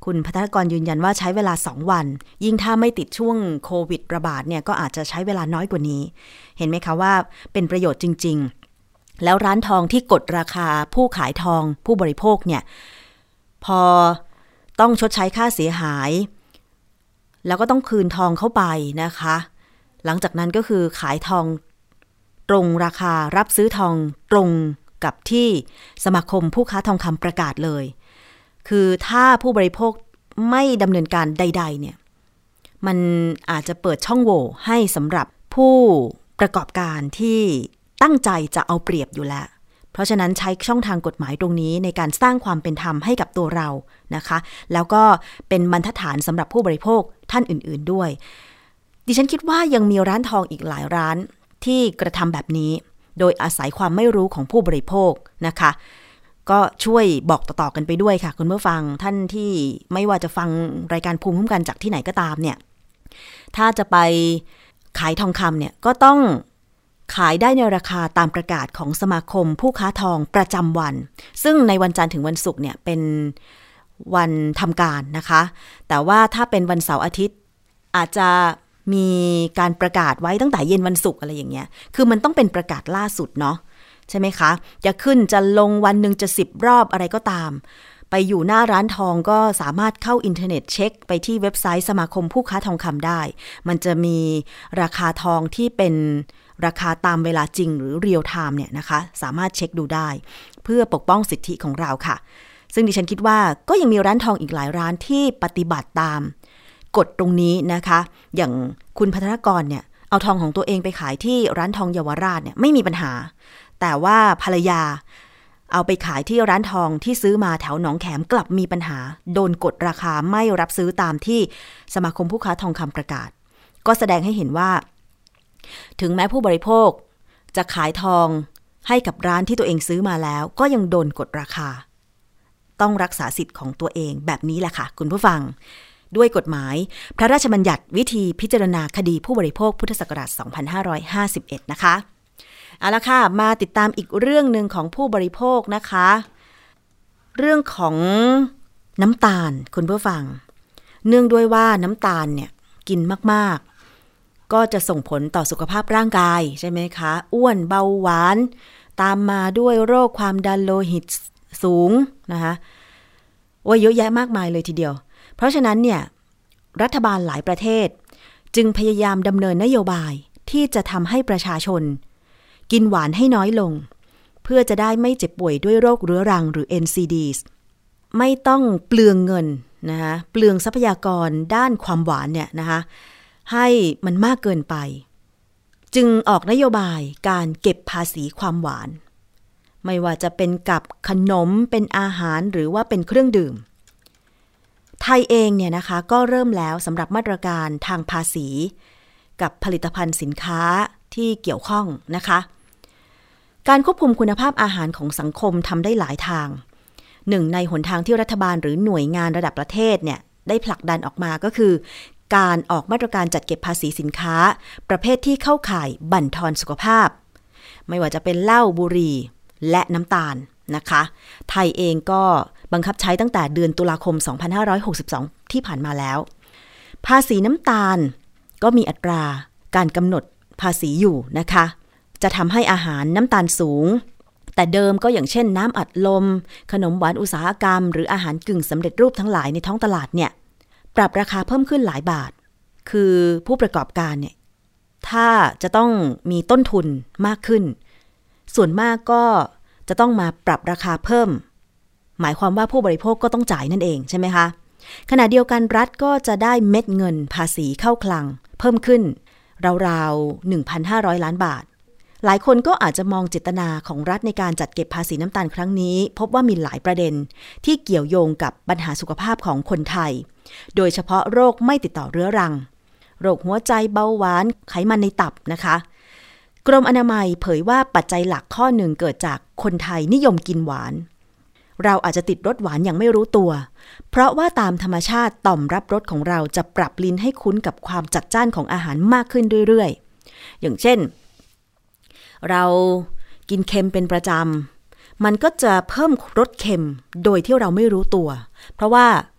S1: คุณภัทรกรยืนยันว่าใช้เวลาสองวันยิ่งถ้าไม่ติดช่วงโควิดระบาดเนี่ยก็อาจจะใช้เวลาน้อยกว่านี้เห็นไหมคะว่าเป็นประโยชน์จริงๆแล้วร้านทองที่กดราคาผู้ขายทองผู้บริโภคเนี่ยพอต้องชดใช้ค่าเสียหายแล้วก็ต้องคืนทองเข้าไปนะคะหลังจากนั้นก็คือขายทองตรงราคารับซื้อทองตรงกับที่สมาคมผู้ค้าทองคำประกาศเลยคือถ้าผู้บริโภคไม่ดำเนินการใดๆเนี่ยมันอาจจะเปิดช่องโหว่ให้สำหรับผู้ประกอบการที่ตั้งใจจะเอาเปรียบอยู่แล้วเพราะฉะนั้นใช้ช่องทางกฎหมายตรงนี้ในการสร้างความเป็นธรรมให้กับตัวเรานะคะแล้วก็เป็นบรรทัดฐานสำหรับผู้บริโภคท่านอื่นๆด้วยดิฉันคิดว่ายังมีร้านทองอีกหลายร้านที่กระทำแบบนี้โดยอาศัยความไม่รู้ของผู้บริโภคนะคะก็ช่วยบอกต่อๆกันไปด้วยค่ะคุณผู้ฟังท่านที่ไม่ว่าจะฟังรายการภูมิคุ้มกันจากที่ไหนก็ตามเนี่ยถ้าจะไปขายทองคำเนี่ยก็ต้องขายได้ในราคาตามประกาศของสมาคมผู้ค้าทองประจำวันซึ่งในวันจันทร์ถึงวันศุกร์เนี่ยเป็นวันทำการนะคะแต่ว่าถ้าเป็นวันเสาร์อาทิตย์อาจจะมีการประกาศไว้ตั้งแต่เย็นวันศุกร์อะไรอย่างเงี้ยคือมันต้องเป็นประกาศล่าสุดเนาะใช่ไหมคะจะขึ้นจะลงวันหนึ่งจะสิบรอบอะไรก็ตามไปอยู่หน้าร้านทองก็สามารถเข้าอินเทอร์เน็ตเช็คไปที่เว็บไซต์สมาคมผู้ค้าทองคำได้มันจะมีราคาทองที่เป็นราคาตามเวลาจริงหรือเรียลไทม์เนี่ยนะคะสามารถเช็คดูได้เพื่อปกป้องสิทธิของเราค่ะซึ่งดิฉันคิดว่าก็ยังมีร้านทองอีกหลายร้านที่ปฏิบัติตามกฎตรงนี้นะคะอย่างคุณภัทรกรเนี่ยเอาทองของตัวเองไปขายที่ร้านทองเยาวราชเนี่ยไม่มีปัญหาแต่ว่าภรรยาเอาไปขายที่ร้านทองที่ซื้อมาแถวหนองแขมกลับมีปัญหาโดนกดราคาไม่รับซื้อตามที่สมาคมผู้ค้าทองคำประกาศก็แสดงให้เห็นว่าถึงแม้ผู้บริโภคจะขายทองให้กับร้านที่ตัวเองซื้อมาแล้วก็ยังโดนกดราคาต้องรักษาสิทธิ์ของตัวเองแบบนี้แหละค่ะคุณผู้ฟังด้วยกฎหมายพระราชบัญญัติวิธีพิจารณาคดีผู้บริโภคพุทธศักราชสองพันห้าร้อยห้าสิบเอ็ดนะคะเอาละค่ะมาติดตามอีกเรื่องนึงของผู้บริโภคนะคะเรื่องของน้ำตาลคุณผู้ฟังเนื่องด้วยว่าน้ำตาลเนี่ยกินมากๆก็จะส่งผลต่อสุขภาพร่างกายใช่ไหมคะอ้วนเบาหวานตามมาด้วยโรคความดันโลหิตสูงนะคะโอ้ยเยอะแยะมากมายเลยทีเดียวเพราะฉะนั้นเนี่ยรัฐบาลหลายประเทศจึงพยายามดำเนินนโยบายที่จะทำให้ประชาชนกินหวานให้น้อยลงเพื่อจะได้ไม่เจ็บป่วยด้วยโรคเรื้อรังหรือ เอ็น ซี ดี ไม่ต้องเปลืองเงินนะคะเปลืองทรัพยากรด้านความหวานเนี่ยนะคะให้มันมากเกินไปจึงออกนโยบายการเก็บภาษีความหวานไม่ว่าจะเป็นกับขนมเป็นอาหารหรือว่าเป็นเครื่องดื่มไทยเองเนี่ยนะคะก็เริ่มแล้วสำหรับมาตรการทางภาษีกับผลิตภัณฑ์สินค้าที่เกี่ยวข้องนะคะการควบคุมคุณภาพอาหารของสังคมทำได้หลายทางหนึ่งในหนทางที่รัฐบาลหรือหน่วยงานระดับประเทศเนี่ยได้ผลักดันออกมาก็คือการออกมาตรการจัดเก็บภาษีสินค้าประเภทที่เข้าข่ายบั่นทอนสุขภาพไม่ว่าจะเป็นเหล้าบุหรี่และน้ำตาลนะคะไทยเองก็บังคับใช้ตั้งแต่เดือนตุลาคมสองพันห้าร้อยหกสิบสองที่ผ่านมาแล้วภาษีน้ำตาลก็มีอัตราการกำหนดภาษีอยู่นะคะจะทำให้อาหารน้ำตาลสูงแต่เดิมก็อย่างเช่นน้ำอัดลมขนมหวานอุตสาหกรรมหรืออาหารกึ่งสำเร็จรูปทั้งหลายในท้องตลาดเนี่ยปรับราคาเพิ่มขึ้นหลายบาทคือผู้ประกอบการเนี่ยถ้าจะต้องมีต้นทุนมากขึ้นส่วนมากก็จะต้องมาปรับราคาเพิ่มหมายความว่าผู้บริโภคก็ต้องจ่ายนั่นเองใช่ไหมคะขณะเดียวกันรัฐก็จะได้เม็ดเงินภาษีเข้าคลังเพิ่มขึ้นราวๆ หนึ่งพันห้าร้อย ล้านบาทหลายคนก็อาจจะมองเจตนาของรัฐในการจัดเก็บภาษีน้ำตาลครั้งนี้พบว่ามีหลายประเด็นที่เกี่ยวโยงกับปัญหาสุขภาพของคนไทยโดยเฉพาะโรคไม่ติดต่อเรื้อรังโรคหัวใจเบาหวานไขมันในตับนะคะกรมอนามัยเผยว่าปัจจัยหลักข้อหนึ่งเกิดจากคนไทยนิยมกินหวานเราอาจจะติดรสหวานอย่างไม่รู้ตัวเพราะว่าตามธรรมชาติต่อมรับรสของเราจะปรับลิ้นให้คุ้นกับความจัดจ้านของอาหารมากขึ้นเรื่อยๆอย่างเช่นเรากินเค็มเป็นประจำมันก็จะเพิ่มรสเค็มโดยที่เราไม่รู้ตัวเพราะว่า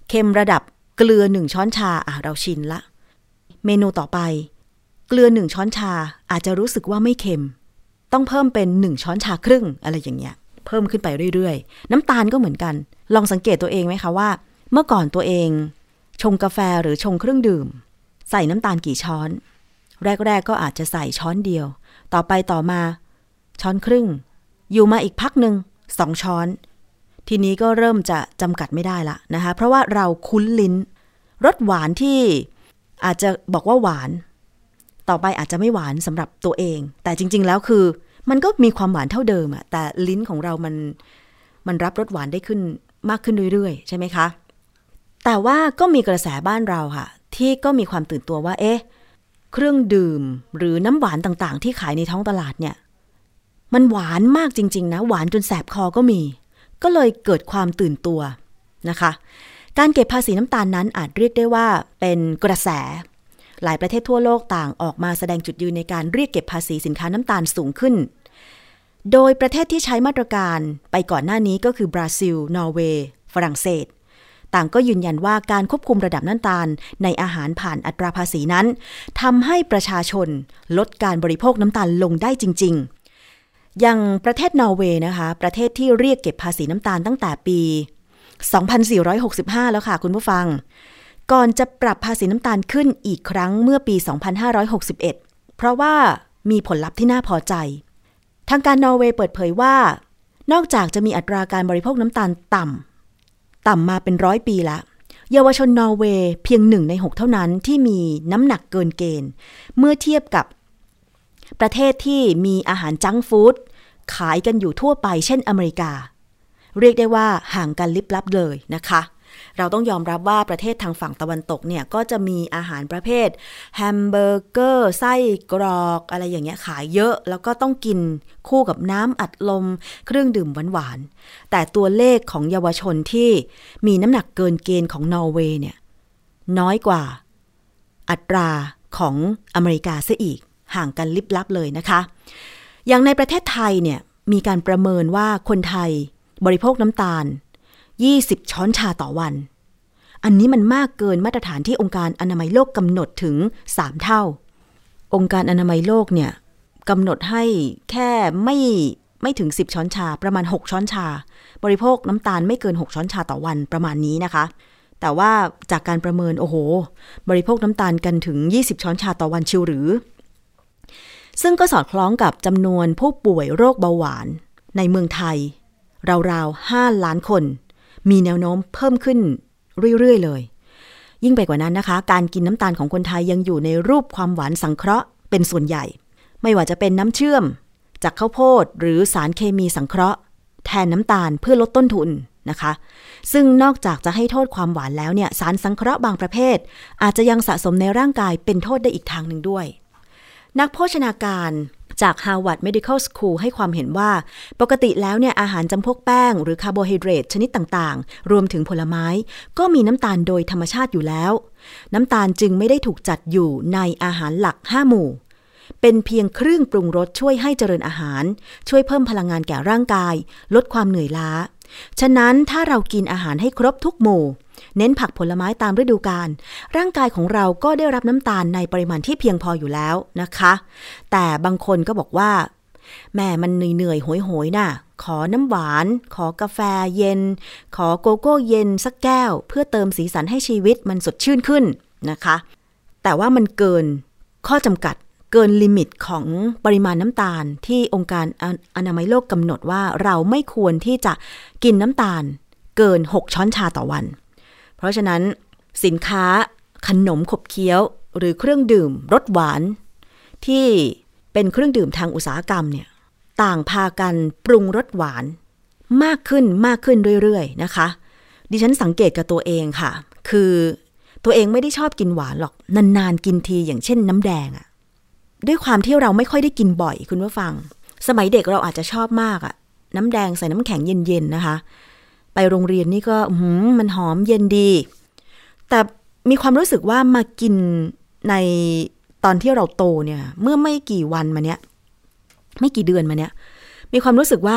S1: เค็มระดับเกลือหนึ่งช้อนชาอ่ะเราชินละเมนูต่อไปเกลือหนึ่งช้อนชาอาจจะรู้สึกว่าไม่เค็มต้องเพิ่มเป็นหนึ่งช้อนชาครึ่งอะไรอย่างเงี้ยเพิ่มขึ้นไปเรื่อยๆน้ำตาลก็เหมือนกันลองสังเกตตัวเองไหมคะว่าเมื่อก่อนตัวเองชงกาแฟหรือชงเครื่องดื่มใส่น้ำตาลกี่ช้อนแรกๆก็อาจจะใส่ช้อนเดียวต่อไปต่อมาช้อนครึ่งอยู่มาอีกพักหนึ่งสองช้อนทีนี้ก็เริ่มจะจำกัดไม่ได้ละนะคะเพราะว่าเราคุ้นลิ้นรสหวานที่อาจจะบอกว่าหวานต่อไปอาจจะไม่หวานสำหรับตัวเองแต่จริงๆแล้วคือมันก็มีความหวานเท่าเดิมอะแต่ลิ้นของเรามันมันรับรสหวานได้ขึ้นมากขึ้นเรื่อยๆใช่ไหมคะแต่ว่าก็มีกระแสบ้านเราค่ะที่ก็มีความตื่นตัวว่าเอ๊ะเครื่องดื่มหรือน้ำหวานต่างๆที่ขายในท้องตลาดเนี่ยมันหวานมากจริงๆนะหวานจนแสบคอก็มีก็เลยเกิดความตื่นตัวนะคะการเก็บภาษีน้ำตาลนั้นอาจเรียกได้ว่าเป็นกระแสหลายประเทศทั่วโลกต่างออกมาแสดงจุดยืนในการเรียกเก็บภาษีสินค้าน้ำตาลสูงขึ้นโดยประเทศที่ใช้มาตรการไปก่อนหน้านี้ก็คือบราซิลนอร์เวย์ฝรั่งเศสต่างก็ยืนยันว่าการควบคุมระดับน้ำตาลในอาหารผ่านอัตราภาษีนั้นทำให้ประชาชนลดการบริโภคน้ำตาลลงได้จริงๆอย่างประเทศนอร์เวย์นะคะประเทศที่เรียกเก็บภาษีน้ำตาลตั้งแต่ปีสองพันสี่ร้อยหกสิบห้าแล้วค่ะคุณผู้ฟังก่อนจะปรับภาษีน้ำตาลขึ้นอีกครั้งเมื่อปีสองพันห้าร้อยหกสิบเอ็ดเพราะว่ามีผลลัพธ์ที่น่าพอใจทางการนอร์เวย์เปิดเผยว่านอกจากจะมีอัตราการบริโภคน้ำตาลต่ำต่ำมาเป็นร้อยปีแล้วเยาวชนนอร์เวย์เพียงหนึ่งในหกเท่านั้นที่มีน้ำหนักเกินเกณฑ์เมื่อเทียบกับประเทศที่มีอาหารจังก์ฟู้ดขายกันอยู่ทั่วไปเช่นอเมริกาเรียกได้ว่าห่างกันลิบลับเลยนะคะเราต้องยอมรับว่าประเทศทางฝั่งตะวันตกเนี่ยก็จะมีอาหารประเภทแฮมเบอร์เกอร์ไส้กรอกอะไรอย่างเงี้ยขายเยอะแล้วก็ต้องกินคู่กับน้ำอัดลมเครื่องดื่มหวานๆแต่ตัวเลขของเยาวชนที่มีน้ำหนักเกินเกณฑ์ของนอร์เวย์เนี่ยน้อยกว่าอัตราของอเมริกาซะอีกห่างกันลิบลับเลยนะคะอย่างในประเทศไทยเนี่ยมีการประเมินว่าคนไทยบริโภคน้ำตาลยี่สิบช้อนชาต่อวันอันนี้มันมากเกินมาตรฐานที่องค์การอนามัยโลกกำหนดถึงสามเท่าองค์การอนามัยโลกเนี่ยกำหนดให้แค่ไม่ไม่ถึงสิบช้อนชาประมาณหกช้อนชาบริโภคน้ำตาลไม่เกินหกช้อนชาต่อวันประมาณนี้นะคะแต่ว่าจากการประเมินโอ้โหบริโภคน้ำตาลกันถึงยี่สิบช้อนชาต่อวันชิวหรือซึ่งก็สอดคล้องกับจำนวนผู้ป่วยโรคเบาหวานในเมืองไทยราวๆห้าล้านคนมีแนวโน้มเพิ่มขึ้นเรื่อยๆเลยยิ่งไปกว่านั้นนะคะการกินน้ำตาลของคนไทยยังอยู่ในรูปความหวานสังเคราะห์เป็นส่วนใหญ่ไม่ว่าจะเป็นน้ำเชื่อมจากข้าวโพดหรือสารเคมีสังเคราะห์แทนน้ำตาลเพื่อลดต้นทุนนะคะซึ่งนอกจากจะให้โทษความหวานแล้วเนี่ยสารสังเคราะห์บางประเภทอาจจะยังสะสมในร่างกายเป็นโทษได้อีกทางหนึ่งด้วยนักโภชนาการจาก Harvard Medical School ให้ความเห็นว่าปกติแล้วเนี่ยอาหารจำพวกแป้งหรือคาร์โบไฮเดรตชนิดต่างๆรวมถึงผลไม้ก็มีน้ำตาลโดยธรรมชาติอยู่แล้วน้ำตาลจึงไม่ได้ถูกจัดอยู่ในอาหารหลักห้าหมู่เป็นเพียงเครื่องปรุงรสช่วยให้เจริญอาหารช่วยเพิ่มพลังงานแก่ร่างกายลดความเหนื่อยล้าฉะนั้นถ้าเรากินอาหารให้ครบทุกหมู่เน้นผักผลไม้ตามฤดูกาลร่างกายของเราก็ได้รับน้ำตาลในปริมาณที่เพียงพออยู่แล้วนะคะแต่บางคนก็บอกว่าแม่มันเหนื่อยๆโหยๆน่ะขอน้ำหวานขอกาแฟเย็นขอโกโก้เย็นสักแก้วเพื่อเติมสีสันให้ชีวิตมันสดชื่นขึ้นนะคะแต่ว่ามันเกินข้อจำกัดเกินลิมิตของปริมาณน้ำตาลที่องค์การอนามัยโลกกำหนดว่าเราไม่ควรที่จะกินน้ำตาลเกินหกช้อนชาต่อวันเพราะฉะนั้นสินค้าขนมขบเคี้ยวหรือเครื่องดื่มรสหวานที่เป็นเครื่องดื่มทางอุตสาหกรรมเนี่ยต่างพากันปรุงรสหวานมากขึ้นมากขึ้นเรื่อยๆนะคะดิฉันสังเกตกับตัวเองค่ะคือตัวเองไม่ได้ชอบกินหวานหรอกนานๆกินทีอย่างเช่นน้ำแดงอะด้วยความที่เราไม่ค่อยได้กินบ่อยคุณผู้ฟังสมัยเด็กเราอาจจะชอบมากอะน้ำแดงใส่น้ำแข็งเย็นๆนะคะไปโรงเรียนนี่ก็หืมมันหอมเย็นดีแต่มีความรู้สึกว่ามากินในตอนที่เราโตเนี่ยเมื่อไม่กี่วันมาเนี้ยไม่กี่เดือนมาเนี้ยมีความรู้สึกว่า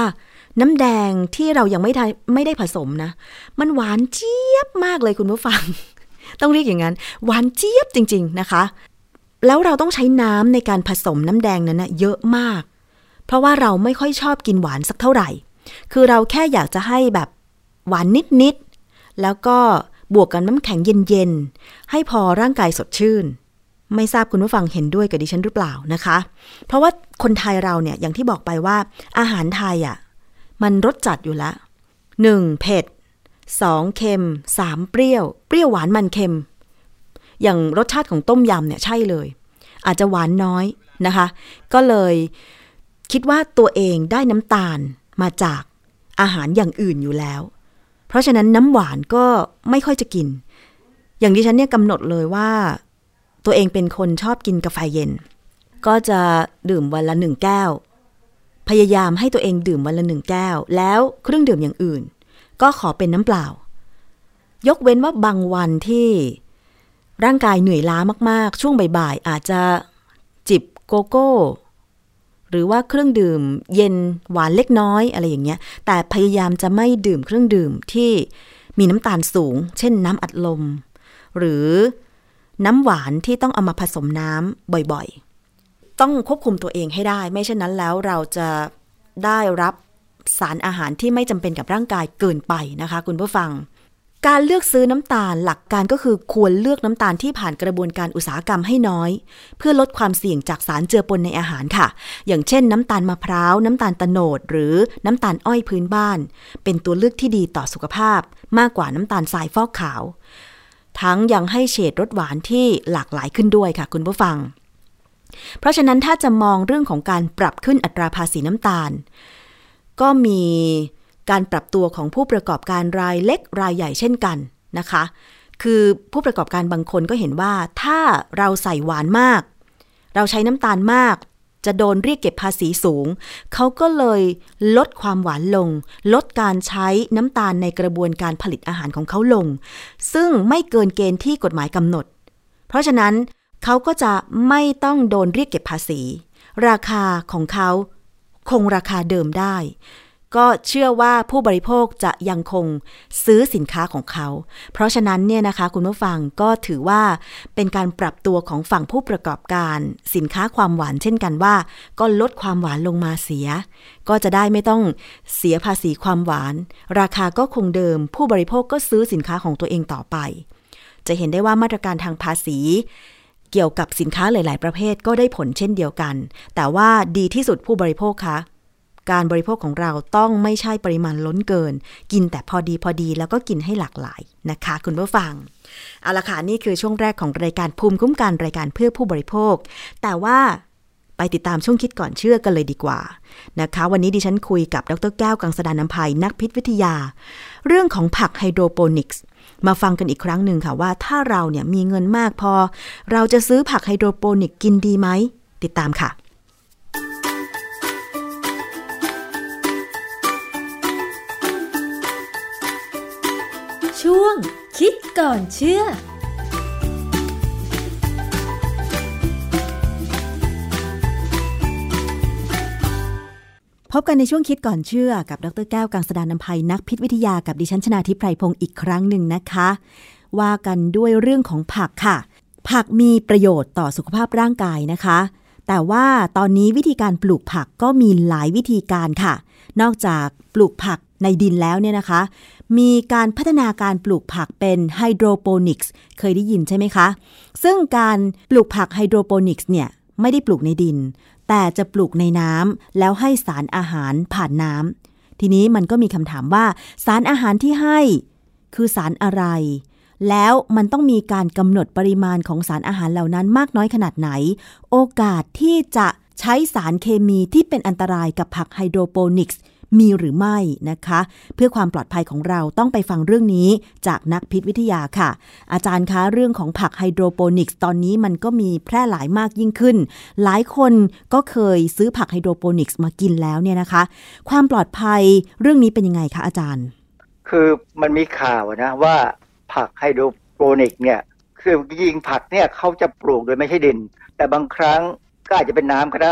S1: น้ำแดงที่เรายังไม่ได้ไม่ได้ผสมนะมันหวานเจี๊ยบมากเลยคุณผู้ฟัง ต้องเรียกอย่างนั้นหวานเจี๊ยบจริงๆนะคะแล้วเราต้องใช้น้ำในการผสมน้ำแดงนั้นนะเยอะมากเพราะว่าเราไม่ค่อยชอบกินหวานสักเท่าไหร่คือเราแค่อยากจะให้แบบหวานนิดๆแล้วก็บวกกับน้ำแข็งเย็นๆให้พอร่างกายสดชื่นไม่ทราบคุณผู้ฟังเห็นด้วยกับดิฉันหรือเปล่านะคะเพราะว่าคนไทยเราเนี่ยอย่างที่บอกไปว่าอาหารไทยอ่ะมันรสจัดอยู่แล้วหนึ่งเผ็ดสองเค็มสามเปรี้ยวเปรี้ยวหวานมันเค็มอย่างรสชาติของต้มยำเนี่ยใช่เลยอาจจะหวานน้อยนะคะก็เลยคิดว่าตัวเองได้น้ำตาลมาจากอาหารอย่างอื่นอยู่แล้วเพราะฉะนั้นน้ำหวานก็ไม่ค่อยจะกินอย่างดิฉันเนี่ยกำหนดเลยว่าตัวเองเป็นคนชอบกินกาแฟเย็นก็จะดื่มวันละหนึ่งแก้วพยายามให้ตัวเองดื่มวันละหนึ่งแก้วแล้วเครื่องดื่มอย่างอื่นก็ขอเป็นน้ำเปล่ายกเว้นว่าบางวันที่ร่างกายเหนื่อยล้ามากๆช่วงบ่ายๆอาจจะจิบโกโก้หรือว่าเครื่องดื่มเย็นหวานเล็กน้อยอะไรอย่างเงี้ยแต่พยายามจะไม่ดื่มเครื่องดื่มที่มีน้ำตาลสูงเช่นน้ำอัดลมหรือน้ำหวานที่ต้องเอามาผสมน้ำบ่อยๆต้องควบคุมตัวเองให้ได้ไม่เช่นนั้นแล้วเราจะได้รับสารอาหารที่ไม่จำเป็นกับร่างกายเกินไปนะคะคุณผู้ฟังการเลือกซื้อน้ำตาลหลักการก็คือควรเลือกน้ำตาลที่ผ่านกระบวนการอุตสาหกรรมให้น้อยเพื่อลดความเสี่ยงจากสารเจือปนในอาหารค่ะอย่างเช่นน้ำตาลมะพร้าวน้ำตาลโตโนดหรือน้ำตาลอ้อยพื้นบ้านเป็นตัวเลือกที่ดีต่อสุขภาพมากกว่าน้ำตาลทรายฟอกขาวทั้งยังให้เฉดรสหวานที่หลากหลายขึ้นด้วยค่ะคุณผู้ฟังเพราะฉะนั้นถ้าจะมองเรื่องของการปรับขึ้นอัตราภาษีน้ำตาลก็มีการปรับตัวของผู้ประกอบการรายเล็กรายใหญ่เช่นกันนะคะคือผู้ประกอบการบางคนก็เห็นว่าถ้าเราใส่หวานมากเราใช้น้ำตาลมากจะโดนเรียกเก็บภาษีสูงเขาก็เลยลดความหวานลงลดการใช้น้ำตาลในกระบวนการผลิตอาหารของเขาลงซึ่งไม่เกินเกณฑ์ที่กฎหมายกำหนดเพราะฉะนั้นเขาก็จะไม่ต้องโดนเรียกเก็บภาษีราคาของเขาคงราคาเดิมได้ก็เชื่อว่าผู้บริโภคจะยังคงซื้อสินค้าของเขาเพราะฉะนั้นเนี่ยนะคะคุณผู้ฟังก็ถือว่าเป็นการปรับตัวของฝั่งผู้ประกอบการสินค้าความหวานเช่นกันว่าก็ลดความหวานลงมาเสียก็จะได้ไม่ต้องเสียภาษีความหวานราคาก็คงเดิมผู้บริโภคก็ซื้อสินค้าของตัวเองต่อไปจะเห็นได้ว่ามาตรการทางภาษีเกี่ยวกับสินค้าหลายๆประเภทก็ได้ผลเช่นเดียวกันแต่ว่าดีที่สุดผู้บริโภคคะการบริโภคของเราต้องไม่ใช่ปริมาณล้นเกินกินแต่พอดีพอดีแล้วก็กินให้หลากหลายนะคะคุณผู้ฟังเอาละค่ะนี่คือช่วงแรกของรายการภูมิคุ้มกันรายการเพื่อผู้บริโภคแต่ว่าไปติดตามช่วงคิดก่อนเชื่อกันเลยดีกว่านะคะวันนี้ดิฉันคุยกับดร.แก้วกังสดาลอำไพนักพิษวิทยาเรื่องของผักไฮโดรโปนิกส์มาฟังกันอีกครั้งหนึ่งค่ะว่าถ้าเราเนี่ยมีเงินมากพอเราจะซื้อผักไฮโดรโปนิกกินดีไหมติดตามค่ะ
S6: ช่วงคิดก่อนเชื่อ
S1: พบกันในช่วงคิดก่อนเชื่อกับดร.แก้วกังสดาลอำไพนักพิษวิทยากับดิฉันชนาธิปไพรพงศ์อีกครั้งหนึ่งนะคะว่ากันด้วยเรื่องของผักค่ะผักมีประโยชน์ต่อสุขภาพร่างกายนะคะแต่ว่าตอนนี้วิธีการปลูกผักก็มีหลายวิธีการค่ะนอกจากปลูกผักในดินแล้วเนี่ยนะคะมีการพัฒนาการปลูกผักเป็นไฮโดรโปนิกส์เคยได้ยินใช่ไหมคะซึ่งการปลูกผักไฮโดรโปนิกส์เนี่ยไม่ได้ปลูกในดินแต่จะปลูกในน้ำแล้วให้สารอาหารผ่านน้ำทีนี้มันก็มีคำถามว่าสารอาหารที่ให้คือสารอะไรแล้วมันต้องมีการกำหนดปริมาณของสารอาหารเหล่านั้นมากน้อยขนาดไหนโอกาสที่จะใช้สารเคมีที่เป็นอันตรายกับผักไฮโดรโปนิกส์มีหรือไม่นะคะเพื่อความปลอดภัยของเราต้องไปฟังเรื่องนี้จากนักพิษวิทยาค่ะอาจารย์คะเรื่องของผักไฮโดรโปนิกส์ตอนนี้มันก็มีแพร่หลายมากยิ่งขึ้นหลายคนก็เคยซื้อผักไฮโดรโปนิกส์มากินแล้วเนี่ยนะคะความปลอดภัยเรื่องนี้เป็นยังไงคะอาจารย์
S7: คือมันมีข่าวนะว่าผักไฮโดรโปนิกส์เนี่ยคือจริงผักเนี่ยเขาจะปลูกโดยไม่ใช่ดินแต่บางครั้งก็อาจจะเป็นน้ำก็ได้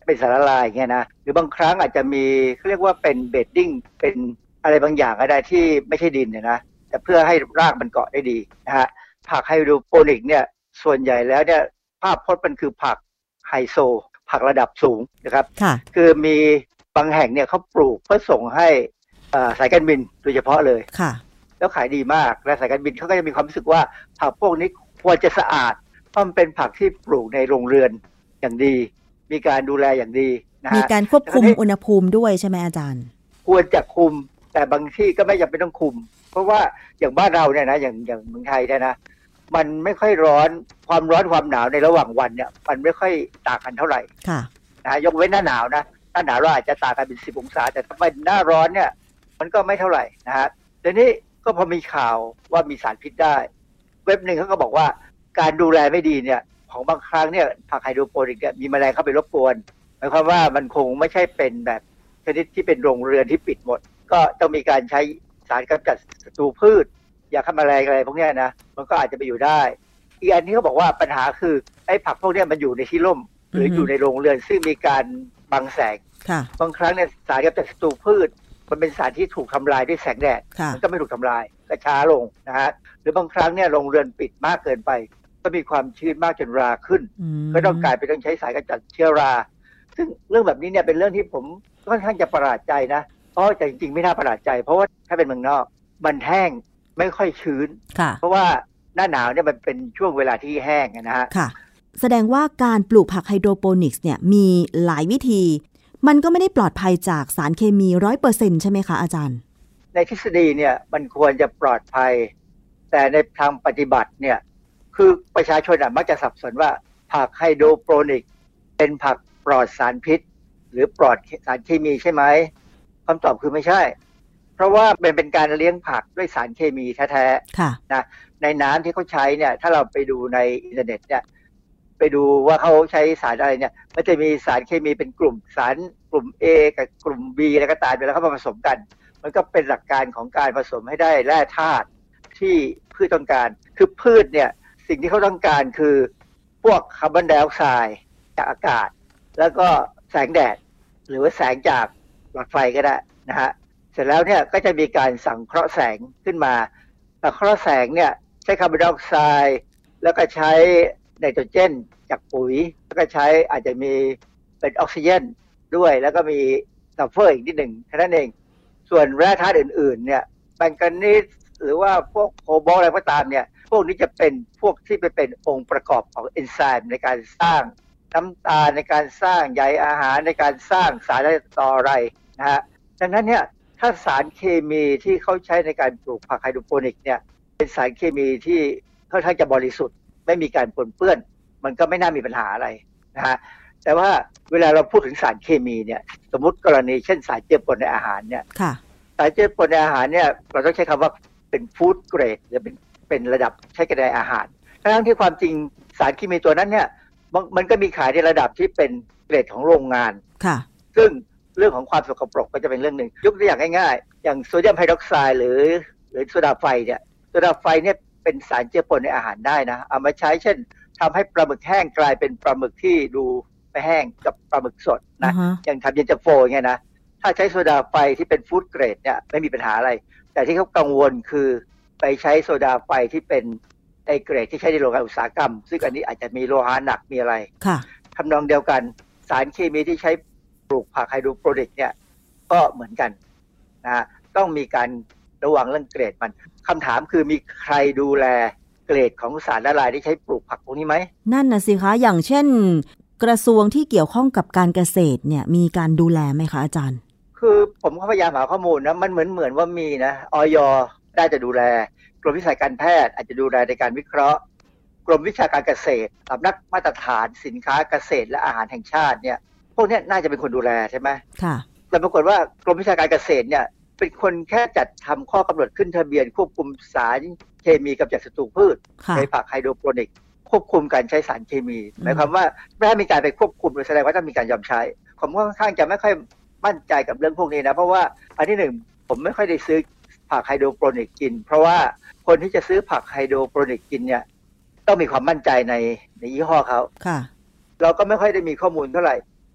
S7: เป็นสารละลายเงี้ยนะหรือบางครั้งอาจจะมีเขาเรียกว่าเป็นเบดดิ้งเป็นอะไรบางอย่างก็ได้ที่ไม่ใช่ดินเนี่ยนะแต่เพื่อให้รากมันเกาะได้ดีนะฮะผักไฮโดรโปนิกเนี่ยส่วนใหญ่แล้วเนี่ยภาพพจน์มันคือผักไฮโซผักระดับสูงนะครับคือมีบางแห่งเนี่ยเขาปลูกเพื่อส่งให้สายการบินโดยเฉพาะเลยแล้วขายดีมากและสายการบินเขาก็จะมีความรู้สึกว่าผักพวกนี้ควรจะสะอาดเพราะมันเป็นผักที่ปลูกในโรงเรือนอย่างดีมีการดูแลอย่างดีนะฮะ
S1: มีการควบคุมอุณหภูมิด้วยใช่ไหมอาจารย์
S7: ควรจะคุมแต่บางที่ก็ไม่จำเป็นต้องคุมเพราะว่าอย่างบ้านเราเนี่ยนะอย่างอย่างเมืองไทยเนี่ยนะมันไม่ค่อยร้อนความร้อนความหนาวในระหว่างวันเนี่ยมันไม่ค่อยต่างกันเท่าไหร่นะยกเว้นหน้าหนาวนะหน้าหนาวเราอาจจะต่างกันเป็นสิบองศาแต่ถ้าเป็นหน้าร้อนเนี่ยมันก็ไม่เท่าไหร่นะฮะทีนี้ก็พอมีข่าวว่ามีสารพิษได้เว็บหนึ่งเขาก็บอกว่าการดูแลไม่ดีเนี่ยของบางครั้งเนี่ยผักไฮโดรโปนิกเนี่ยมีแมลงเข้าไปรบกวนหมายความว่ามันคงไม่ใช่เป็นแบบชนิดที่เป็นโรงเรือนที่ปิดหมดก็ต้องมีการใช้สารกำจัดศัตรูพืชยาฆ่าแมลงอะไรพวกนี้นะมันก็อาจจะไปอยู่ได้อีกอันนี้เขาบอกว่าปัญหาคือไอ้ผักพวกนี้มันอยู่ในที่ร่มหรืออยู่ในโรงเรือนซึ่งมีการบังแสงบางครั้งเนี่ยสารกำจัดศัตรูพืชมันเป็นสารที่ถูกทำลายด้วยแสงแดดมันก็ไม่ถูกทำลายก็ช้าลงนะฮะหรือบางครั้งเนี่ยโรงเรือนปิดมากเกินไปก็มีความชื้นมากจนราขึ้นก็ต้องกลายเป็นต้องใช้สารกำจัดเชื้อราซึ่งเรื่องแบบนี้เนี่ยเป็นเรื่องที่ผมค่อนข้างจะประหลาดใจนะเพราะแต่จริงๆไม่น่าประหลาดใจเพราะว่าถ้าเป็นเมืองนอกมันแห้งไม่ค่อยชื้นเพราะว่าหน้าหนาวเนี่ยมันเป็นช่วงเวลาที่แห้งนะฮะ
S1: ค่ะแสดงว่าการปลูกผักไฮโดรโปนิกส์เนี่ยมีหลายวิธีมันก็ไม่ได้ปลอดภัยจากสารเคมี ร้อยเปอร์เซ็นต์ ใช่ไหมคะอาจารย์
S7: ในทฤษฎีเนี่ยมันควรจะปลอดภัยแต่ในทางปฏิบัติเนี่ยคือประชาชนมักจะสับสนว่าผักไฮโดรโปนิกเป็นผักปลอดสารพิษหรือปลอดสารเคมีใช่ไหมคำตอบคือไม่ใช่เพราะว่ามันเป็นการเลี้ยงผักด้วยสารเคมีแท้ๆนะในน้ำที่เขาใช้เนี่ยถ้าเราไปดูในอินเทอร์เน็ตเนี่ยไปดูว่าเขาใช้สารอะไรเนี่ยมันจะมีสารเคมีเป็นกลุ่มสารกลุ่ม A กับกลุ่ม B อะไรก็ตามไปแล้วเขามาผสมกันมันก็เป็นหลักการของการผสมให้ได้แร่ธาตุที่พืชต้องการคือพืชเนี่ยสิ่งที่เขาต้องการคือพวกคาร์บอนไดออกไซด์จากอากาศแล้วก็แสงแดดหรือว่าแสงจากหลอดไฟก็ได้นะฮะเสร็จแล้วเนี่ยก็จะมีการสังเคราะห์แสงขึ้นมาสังเคราะห์แสงเนี่ยใช้คาร์บอนไดออกไซด์แล้วก็ใช้ไนโตรเจนจากปุ๋ยแล้วก็ใช้อาจจะมีเป็นออกซิเจนด้วยแล้วก็มีซัลเฟอร์อีกนิดหนึ่งแค่นั้นเองส่วนแร่ธาตุอื่นๆเนี่ยแมงกานีสหรือว่าพวกโคบอลต์อะไรก็ตามเนี่ยพวกนี้จะเป็นพวกที่ไปเป็นองค์ประกอบของเอนไซม์ในการสร้างน้ำตาลในการสร้างใยอาหารในการสร้างสารต่ออะไรนะฮะดังนั้นเนี่ยถ้าสารเคมีที่เขาใช้ในการปลูกผักไฮโดรโปนิกเนี่ยเป็นสารเคมีที่ค่อนข้างจะบริสุทธิ์ไม่มีการปนเปื้อนมันก็ไม่น่ามีปัญหาอะไรนะฮะแต่ว่าเวลาเราพูดถึงสารเคมีเนี่ยสมมติกรณีเช่นสารเจือปนในอาหารเนี่ยสารเจือปนในอาหารเนี่ยเราต้องใช้คำว่าเป็นฟู้ดเกรดหรือเป็นเป็นระดับใช้กันในอาหารทั้งที่ความจริงสารเคมีตัวนั้นเนี่ยมันก็มีขายในระดับที่เป็นเกรดของโรงงานค่ะซึ่งเรื่องของความสกปรกก็จะเป็นเรื่องหนึ่งยกตัวอย่างง่ายๆอย่างโซเดียมไฮดรอกไซด์หรือหรือโซดาไฟเนี่ยโซดาไฟเนี่ยเป็นสารเจือปนในอาหารได้นะเอามาใช้เช่นทำให้ปลาหมึกแห้งกลายเป็นปลาหมึกที่ดูไม่แห้งกับปลาหมึกสดนะ uh-huh. อย่างทำเย็นตาโฟไงนะถ้าใช้โซดาไฟที่เป็นฟู้ดเกรดเนี่ยไม่มีปัญหาอะไรแต่ที่เขากังวลคือไปใช้โซดาไฟที่เป็นไอเกรดที่ใช้ในโรงงานอุตสาหกรรมซึ่งอันนี้อาจจะมีโลหะหนักมีอะไรทำนองเดียวกันสารเคมีที่ใช้ปลูกผักไฮโดรโปนิกเนี่ยก็เหมือนกันนะต้องมีการระวังเรื่องเกรดมันคำถามคือมีใครดูแลเกรดของสารละลายที่ใช้ปลูกผักพวกนี้ไหม
S1: นั่นน่ะสิคะอย่างเช่นกระทรวงที่เกี่ยวข้องกับการเกษตรเนี่ยมีการดูแลไหมคะอาจารย์
S7: คือผมก็พยายามหาข้อมูลนะมันเหมือนเหมือนว่ามีนะอย.ได้จะดูแลกรมวิชาการแพทย์อาจจะดูแลในการวิเคราะห์กรมวิชาการเกษตรสำนักมาตรฐานสินค้าเกษตรและอาหารแห่งชาติเนี่ยพวกนี้น่าจะเป็นคนดูแลใช่ไหมค่ะแต่ปรากฏว่ากรมวิชาการเกษตรเนี่ยเป็นคนแค่จัดทำข้อกำหนดขึ้นทะเบียนควบคุมสารเคมีกำจัดศัตรูพืชในผักไฮโดรโปนิกควบคุมการใช้สารเคมีหมายความว่าถ้ามีการไปควบคุมแสดงว่าต้องมีการยอมใช้ผมค่อนข้างจะไม่ค่อยมั่นใจกับเรื่องพวกนี้นะเพราะว่าอันที่หนึ่งผมไม่ค่อยได้ซื้อผักไฮโดรโปนิกกินเพราะว่าคนที่จะซื้อผักไฮโดรโปนิกกินเนี่ยต้องมีความมั่นใจในในยี่ห้อเขาค่ะเราก็ไม่ค่อยได้มีข้อมูลเท่าไหร่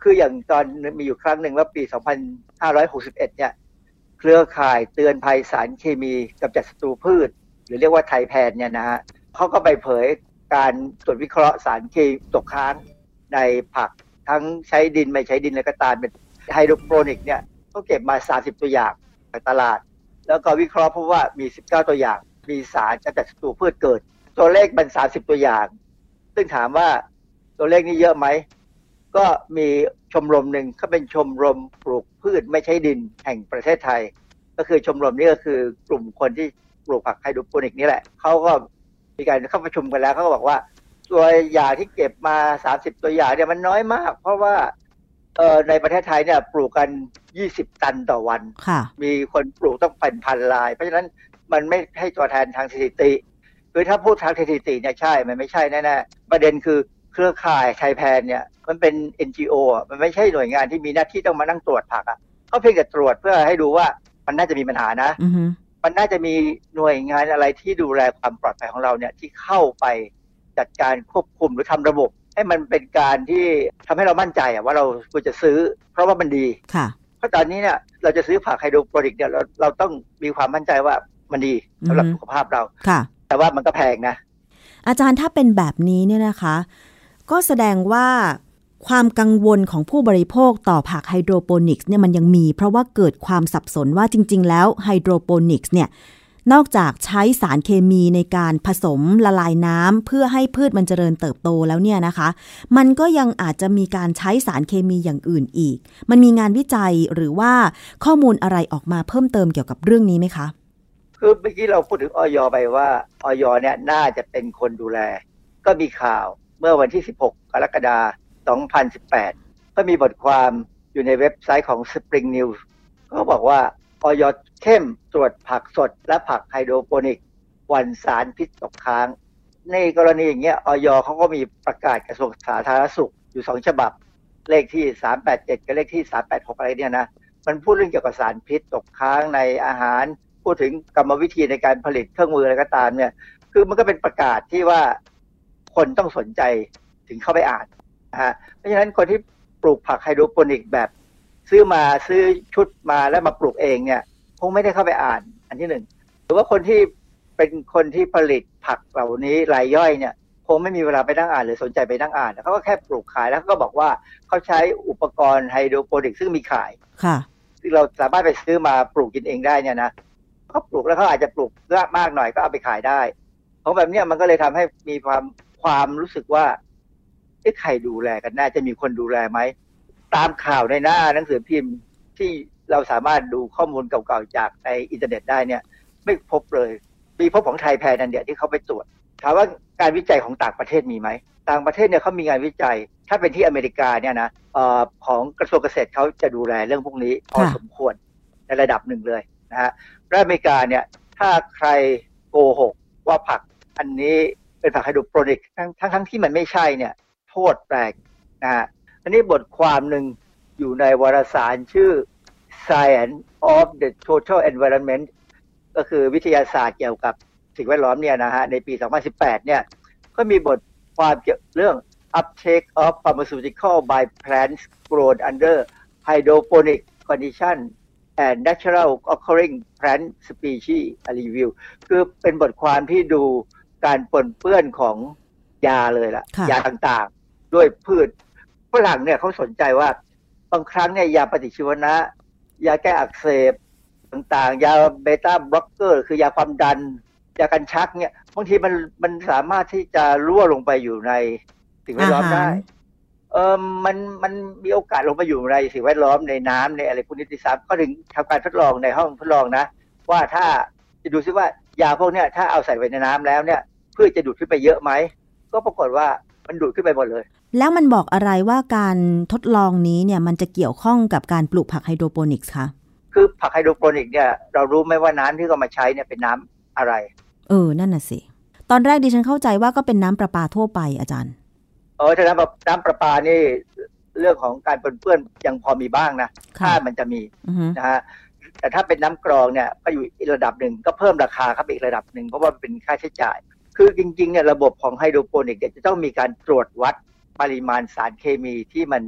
S7: คืออย่างตอนมีอยู่ครั้งหนึ่งว่าปีสองพันห้าร้อยหกสิบเอ็ดเนี่ยเครือข่ายเตือนภัยสารเคมีกำจัดศัตรูพืชหรือเรียกว่าไทยแพนเนี่ยนะฮะเขาก็ไปเผยการตรวจวิเคราะห์สารเคมีตกค้างในผักทั้งใช้ดินไม่ใช้ดินและก็ตามเป็นไฮโดรโปรนิกเนี่ยเขาเก็บมาสามสิบตัวอย่างจากตลาดแล้วก็วิเคราะห์พบว่ามีสิบเก้าตัวอย่างมีสารกำจัดศัตรูพืชเกิดตัวเลขมันสามสิบตัวอย่างซึ่งถามว่าตัวเลขนี้เยอะไหมก็มีชมรมหนึ่งเขาเป็นชมรมปลูกพืชไม่ใช้ดินแห่งประเทศไทยก็คือชมรมนี้ก็คือกลุ่มคนที่ปลูกผักไฮโดรโปนิกนี่แหละเขาก็มีการเข้าประชุมกันแล้วเขาก็บอกว่าตัวอย่างที่เก็บมาสามสิบตัวอย่างเนี่ยมันน้อยมากเพราะว่าเอ่อในประเทศไทยเนี่ยปลูกกันยี่สิบตันต่อวันมีคนปลูกต้องเป็นพันรายเพราะฉะนั้นมันไม่ให้ตัวแทนทางสถิติคือถ้าพูดทางสถิติเนี่ยใช่มันไม่ใช่แน่ๆประเด็นคือเครือข่ายไทยแพนเนี่ยมันเป็น เอ็น จี โอ อ่ะมันไม่ใช่หน่วยงานที่มีหน้าที่ต้องมานั่งตรวจผักอ่ะเขาเพียงแต่ตรวจเพื่อให้ดูว่ามันน่าจะมีปัญหานะ
S1: mm-hmm.
S7: มันน่าจะมีหน่วยงานอะไรที่ดูแลความปลอดภัยของเราเนี่ยที่เข้าไปจัดการควบคุมหรือทำระบบให้มันเป็นการที่ทำให้เรามั่นใจอ่ะว่าเราควรจะซื้อเพราะว่ามันดี
S1: ค่ะ
S7: เพราะตอนนี้เนี่ยเราจะซื้อผักไฮโดรโปนิกเนี่ยเราเราต้องมีความมั่นใจว่ามันดีสำหรับสุขภาพเรา
S1: ค่ะ
S7: แต่ว่ามันก็แพงนะ
S1: อาจารย์ถ้าเป็นแบบนี้เนี่ยนะคะก็แสดงว่าความกังวลของผู้บริโภคต่อผักไฮโดรโปนิกส์เนี่ยมันยังมีเพราะว่าเกิดความสับสนว่าจริงๆแล้วไฮโดรโปนิกส์เนี่ยนอกจากใช้สารเคมีในการผสมละลายน้ำเพื่อให้พืชมันเจริญเติบโตแล้วเนี่ยนะคะมันก็ยังอาจจะมีการใช้สารเคมีอย่างอื่นอีกมันมีงานวิจัยหรือว่าข้อมูลอะไรออกมาเพิ่มเติมเกี่ยวกับเรื่องนี้ไหมคะ
S7: คือเมื่อกี้เราพูดถึงอย.ไปว่าอย.เนี่ยน่าจะเป็นคนดูแลก็มีข่าวเมื่อวันที่สิบหกกรกฎาคมสองพันสิบแปดก็มีบทความอยู่ในเว็บไซต์ของ Spring News ก็บอกว่าอย.เข้มตรวจผักสดและผักไฮโดรโปนิกวันสารพิษตกค้างในกรณีอย่างเงี้ยอย.เขาก็มีประกาศกระทรวงสาธารณสุขอยู่สองฉบับเลขที่สามแปดเจ็ดกับเลขที่สามแปดหกอะไรเนี่ยนะมันพูดเรื่องเกี่ยวกับสารพิษตกค้างในอาหารพูดถึงกรรมวิธีในการผลิตเครื่องมืออะไรก็ตามเนี่ยคือมันก็เป็นประกาศที่ว่าคนต้องสนใจถึงเข้าไปอ่านนะฮะเพราะฉะนั้นคนที่ปลูกผักไฮโดรโปนิกแบบซื้อมาซื้อชุดมาแล้วมาปลูกเองเนี่ยคงไม่ได้เข้าไปอ่านอันที่หนึ่งหรือว่าคนที่เป็นคนที่ผลิตผักเหล่านี้รายย่อยเนี่ยคงไม่มีเวลาไปนั่งอ่านหรือสนใจไปนั่งอ่านเขาก็แค่ปลูกขายแล้วก็บอกว่าเขาใช้อุปกรณ์ไฮโดรโปนิกซึ่งมีขาย
S1: ค่ะ
S7: ซึ่งเราสามารถไปซื้อมาปลูกกินเองได้เนี่ยนะเขาปลูกแล้วเขาอาจจะปลูกเยอะมากหน่อยก็เอาไปขายได้เพราะแบบนี้มันก็เลยทำให้มีความความรู้สึกว่าเอ๊ะใครดูแลกันน่าจะมีคนดูแลไหมตามข่าวในหน้าหนังสือพิมพ์ที่เราสามารถดูข้อมูลเก่าๆจากในอินเทอร์เน็ตได้เนี่ยไม่พบเลยมีพบของไทยแพนนั่นเดียวที่เขาไปตรวจถามว่าการวิจัยของต่างประเทศมีไหมต่างประเทศเนี่ยเขามีงานวิจัยถ้าเป็นที่อเมริกาเนี่ยนะเอ่อของกระทรวงเกษตรเขาจะดูแลเรื่องพวกนี้พอสมควรในระดับหนึ่งเลยนะฮะและอเมริกาเนี่ยถ้าใครโกหกว่าผักอันนี้เป็นผักไฮโดรโปนิกทั้งทั้งทั้งที่มันไม่ใช่เนี่ยโทษแปลกนะฮะอันนี้บทความหนึ่งอยู่ในวารสารชื่อ Science of the Total Environment ก็คือวิทยาศาสตร์เกี่ยวกับสิ่งแวดล้อมเนี่ยนะฮะในปีสองพันสิบแปดเนี่ยก็มีบทความเกี่ยวเรื่อง uptake of pharmaceutical by plants grown under hydroponic condition and natural occurring plant species review คือเป็นบทความที่ดูการปนเปื้อนของยาเลยล่ะยาต่างๆด้วยพืชฝรั่งเนี่ยเขาสนใจว่าบางครั้งเนี่ยยาปฏิชีวนะยาแก้อักเสบต่างๆยาเบต้าบล็อกเกอร์คือยาความดันยากันชักเนี่ยบางทีมันมันสามารถที่จะรั่วลงไปอยู่ในสิ่งแวดล้อมได้เออมันมันมีโอกาสลงไปอยู่ในสิ่งแวดล้อมในน้ำในอะไรพวกนี้ที่สามก็ถึงทำการทดลองในห้องทดลองนะว่าถ้าจะดูซิว่ายาพวกเนี้ยถ้าเอาใส่ไว้ในน้ำแล้วเนี่ยพืชจะดูดขึ้นไปเยอะไหมก็ปรากฏว่ามันดูดขึ้นไปหมดเลย
S1: แล้วมันบอกอะไรว่าการทดลองนี้เนี่ยมันจะเกี่ยวข้องกับการปลูกผักไฮโดรโปนิกส์คะ
S7: คือผักไฮโดรโปนิกเนี่ยเรารู้ไหมว่าน้ำที่เขามาใช้เนี่ยเป็นน้ำอะไร
S1: เออนั่นน่ะสิตอนแรกดิฉันเข้าใจว่าก็เป็นน้ำประปาทั่วไปอาจารย์
S7: เออถ้าน้ำน้ำประปานี่เรื่องของการปนเปื้อนยังพอมีบ้างนะถ้ามันจะมีนะฮะแต่ถ้าเป็นน้ำกรองเนี่ยก็อยู่อีกระดับหนึ่งก็เพิ่มราคาครับอีกระดับหนึ่งเพราะว่าเป็นค่าใช้จ่ายคือจริงๆเนี่ยระบบของไฮโดรโปนิกเนี่ยจะต้องมีการตรวจวัดปริมาณสารเคมีที่มัน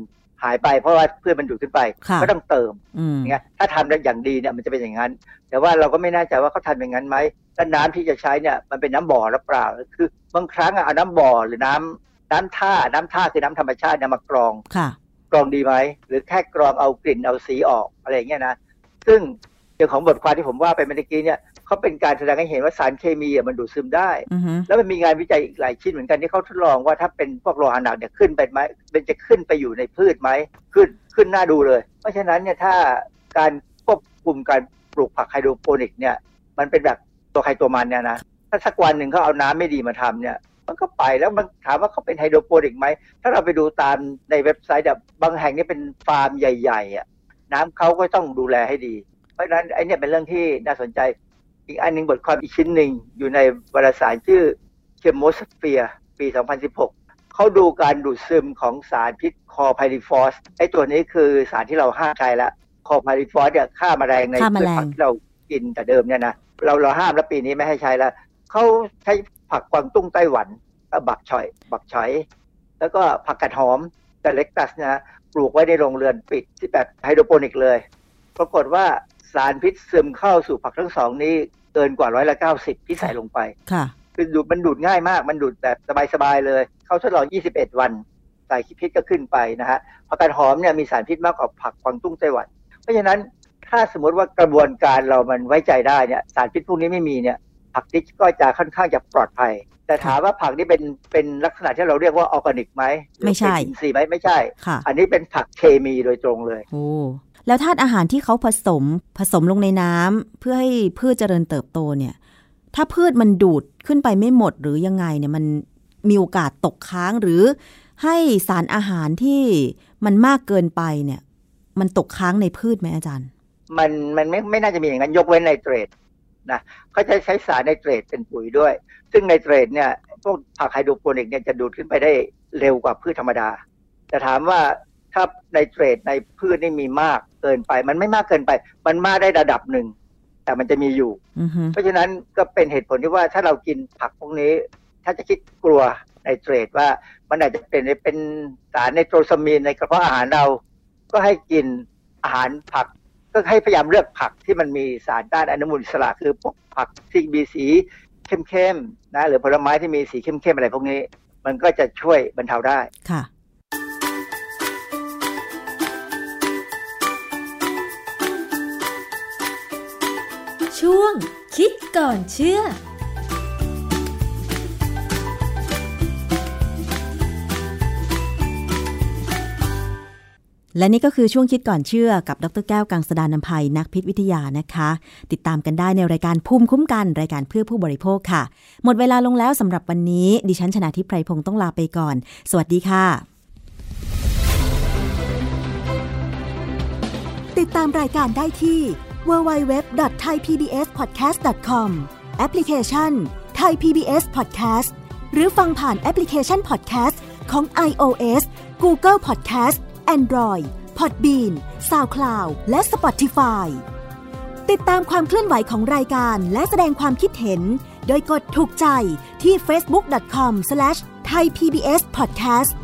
S7: หายไปเพราะว่าพืชมันดูดขึ้นไปก็ต้องเติม
S1: อืม
S7: อย่างเงี้ยถ้าทำได้อย่างดีเนี่ยมันจะเป็นอย่างนั้นแต่ว่าเราก็ไม่แน่ใจว่าเขาทำอย่างนั้นไหมแล้วน้ำที่จะใช้เนี่ยมันเป็นน้ำบ่อหรือเปล่าคือบางครั้งอะเอาน้ำบ่อหรือน้ำน้ำท่าน้ำท่าคือน้ำธรรมชาติเนี่ยมากรองกรองดีไหมหรือแค่กรองเอากลิ่นเอาสีออกอะไรอย่างเงี้ยนะซึ่งเรื่องของบทความที่ผมว่าไปเมื่อกี้เนี่ยเขาเป็นการแสดงให้เห็นว่าสารเคมีมันดูดซึมได้
S1: uh-huh.
S7: แล้วมันมีงานวิจัยอีกหลายชิ้นเหมือนกันที่เขาทดลองว่าถ้าเป็นพวกโลหะหนักเนี่ยขึ้นไปไหมเป็นจะขึ้นไปอยู่ในพืชไหมขึ้นขึ้นน่าดูเลยเพราะฉะนั้นเนี่ยถ้าการควบคุมการปลูกผักไฮโดรโปนิกเนี่ยมันเป็นแบบตัวใครตัวมันเนี่ยนะถ้าสักวันหนึ่งเขาเอาน้ำไม่ดีมาทำเนี่ยมันก็ไปแล้วมันถามว่าเขาเป็นไฮโดรโปนิกไหมถ้าเราไปดูตามในเว็บไซต์บางแห่งนี่เป็นฟาร์มใหญ่ๆอ่ะน้ำเขาก็ต้องดูแลให้ดีเพราะฉะนั้นไอ้นี่เป็นเรื่องที่น่าสนใจอีกอันนึงบทความอีกชิ้นหนึ่งอยู่ในวารสารชื่อ Chemosphere ปีสองพันสิบหกเขาดูการดูดซึมของสารพิษคอไพริฟอสไอ้ตัวนี้คือสารที่เราห้ามใช้แล้วคอไพริฟอสเนี่ยฆ่าแมลงในพืชผักที่เรากินแต่เดิมเนี่ยนะเราเราห้ามแล้วปีนี้ไม่ให้ใช้แล้วเขาใช้ผักกวางตุ้งไต้หวันบักฉ่อยบักฉ่อยแล้วก็ผักกาดหอมแต่เล็กตัสนะปลูกไว้ในโรงเรือนปิดที่แบบไฮโดรโปนิกเลยปรากฏว่าสารพิษซึมเข้าสู่ผักทั้งสองนี้เกินกว่าร้อยละเก้าสิบที่ใส่ลงไปค่ะคือดูดมันดูดง่ายมากมันดูดแบบสบายๆเลยเขาทดลองยี่สิบเอ็ดวันสารพิษก็ขึ้นไปนะฮะผักกาดหอมเนี่ยมีสารพิษมากกว่าผักกวางตุ้งไต้หวันเพราะฉะนั้นถ้าสมมติว่ากระบวนการเรามันไว้ใจได้เนี่ยสารพิษพวกนี้ไม่มีเนี่ยผักนี้ก็จะค่อนข้างจะปลอดภัยแต่ถามว่าผักนี่เป็นเป็นลักษณะที่เราเรียกว่าออร์แกนิกไหม
S1: ไม่ใช่
S7: อินทรีย์ไหมไม่ใช่อันนี้เป็นผักเคมีโดยตรงเลย
S1: โอ้แล้วธาตุอาหารที่เขาผสมผสมลงในน้ำเพื่อให้พืชเจริญเติบโตเนี่ยถ้าพืชมันดูดขึ้นไปไม่หมดหรือยังไงเนี่ยมันมีโอกาสตกค้างหรือให้สารอาหารที่มันมากเกินไปเนี่ยมันตกค้างในพืชไหมอาจารย์
S7: มันมันไม่ไม่น่าจะมีอย่างนั้นยกเว้นไนเตรตนะเขาจะใช้สารไนเตรตเป็นปุ๋ยด้วยซึ่งไนเตรตเนี่ยพวกผักไฮโดรโปนิกเนี่ยจะดูดขึ้นไปได้เร็วกว่าพืชธรรมดาแต่ถามว่าถ้าไนเตรตในพืชนี่มีมากเกินไปมันไม่มากเกินไปมันมากได้ระดับหนึ่งแต่มันจะมีอยู่
S1: uh-huh.
S7: เพราะฉะนั้นก็เป็นเหตุผลที่ว่าถ้าเรากินผักพวกนี้ถ้าจะคิดกลัวไนเตรตว่ามันอาจจะเป็นเป็นสารไนโตรซามีนในกระเพาะอาหารเราก็ให้กินอาหารผักก็ให้พยายามเลือกผักที่มันมีสารต้านอนุมูลอิสระคือพวกผักที่มีสีเข้มๆนะหรือผลไม้ที่มีสีเข้มๆอะไรพวกนี้มันก็จะช่วยบรรเทาได้
S1: ค่ะ
S6: ช่วงคิดก่อนเชื่อ
S1: และนี่ก็คือช่วงคิดก่อนเชื่อกับดร.แก้วกังสดาลอำไพนักพิษวิทยานะคะติดตามกันได้ในรายการภูมิคุ้มกันรายการเพื่อผู้บริโภคค่ะหมดเวลาลงแล้วสำหรับวันนี้ดิฉันชนาธิปไพรพงศ์ต้องลาไปก่อนสวัสดีค่ะ
S8: ติดตามรายการได้ที่ ดับเบิลยู ดับเบิลยู ดับเบิลยู ดอท ไทย พี บี เอส พอดแคสต์ ดอท คอม แอปพลิเคชัน Thai พี บี เอส Podcast หรือฟังผ่านแอปพลิเคชัน Podcast ของ iOS Google Podcast Android Podbean SoundCloud และ Spotify ติดตามความเคลื่อนไหวของรายการและแสดงความคิดเห็นโดยกดถูกใจที่ เฟซบุ๊ก ดอท คอม สแลช ไทย พี บี เอส พอดแคสต์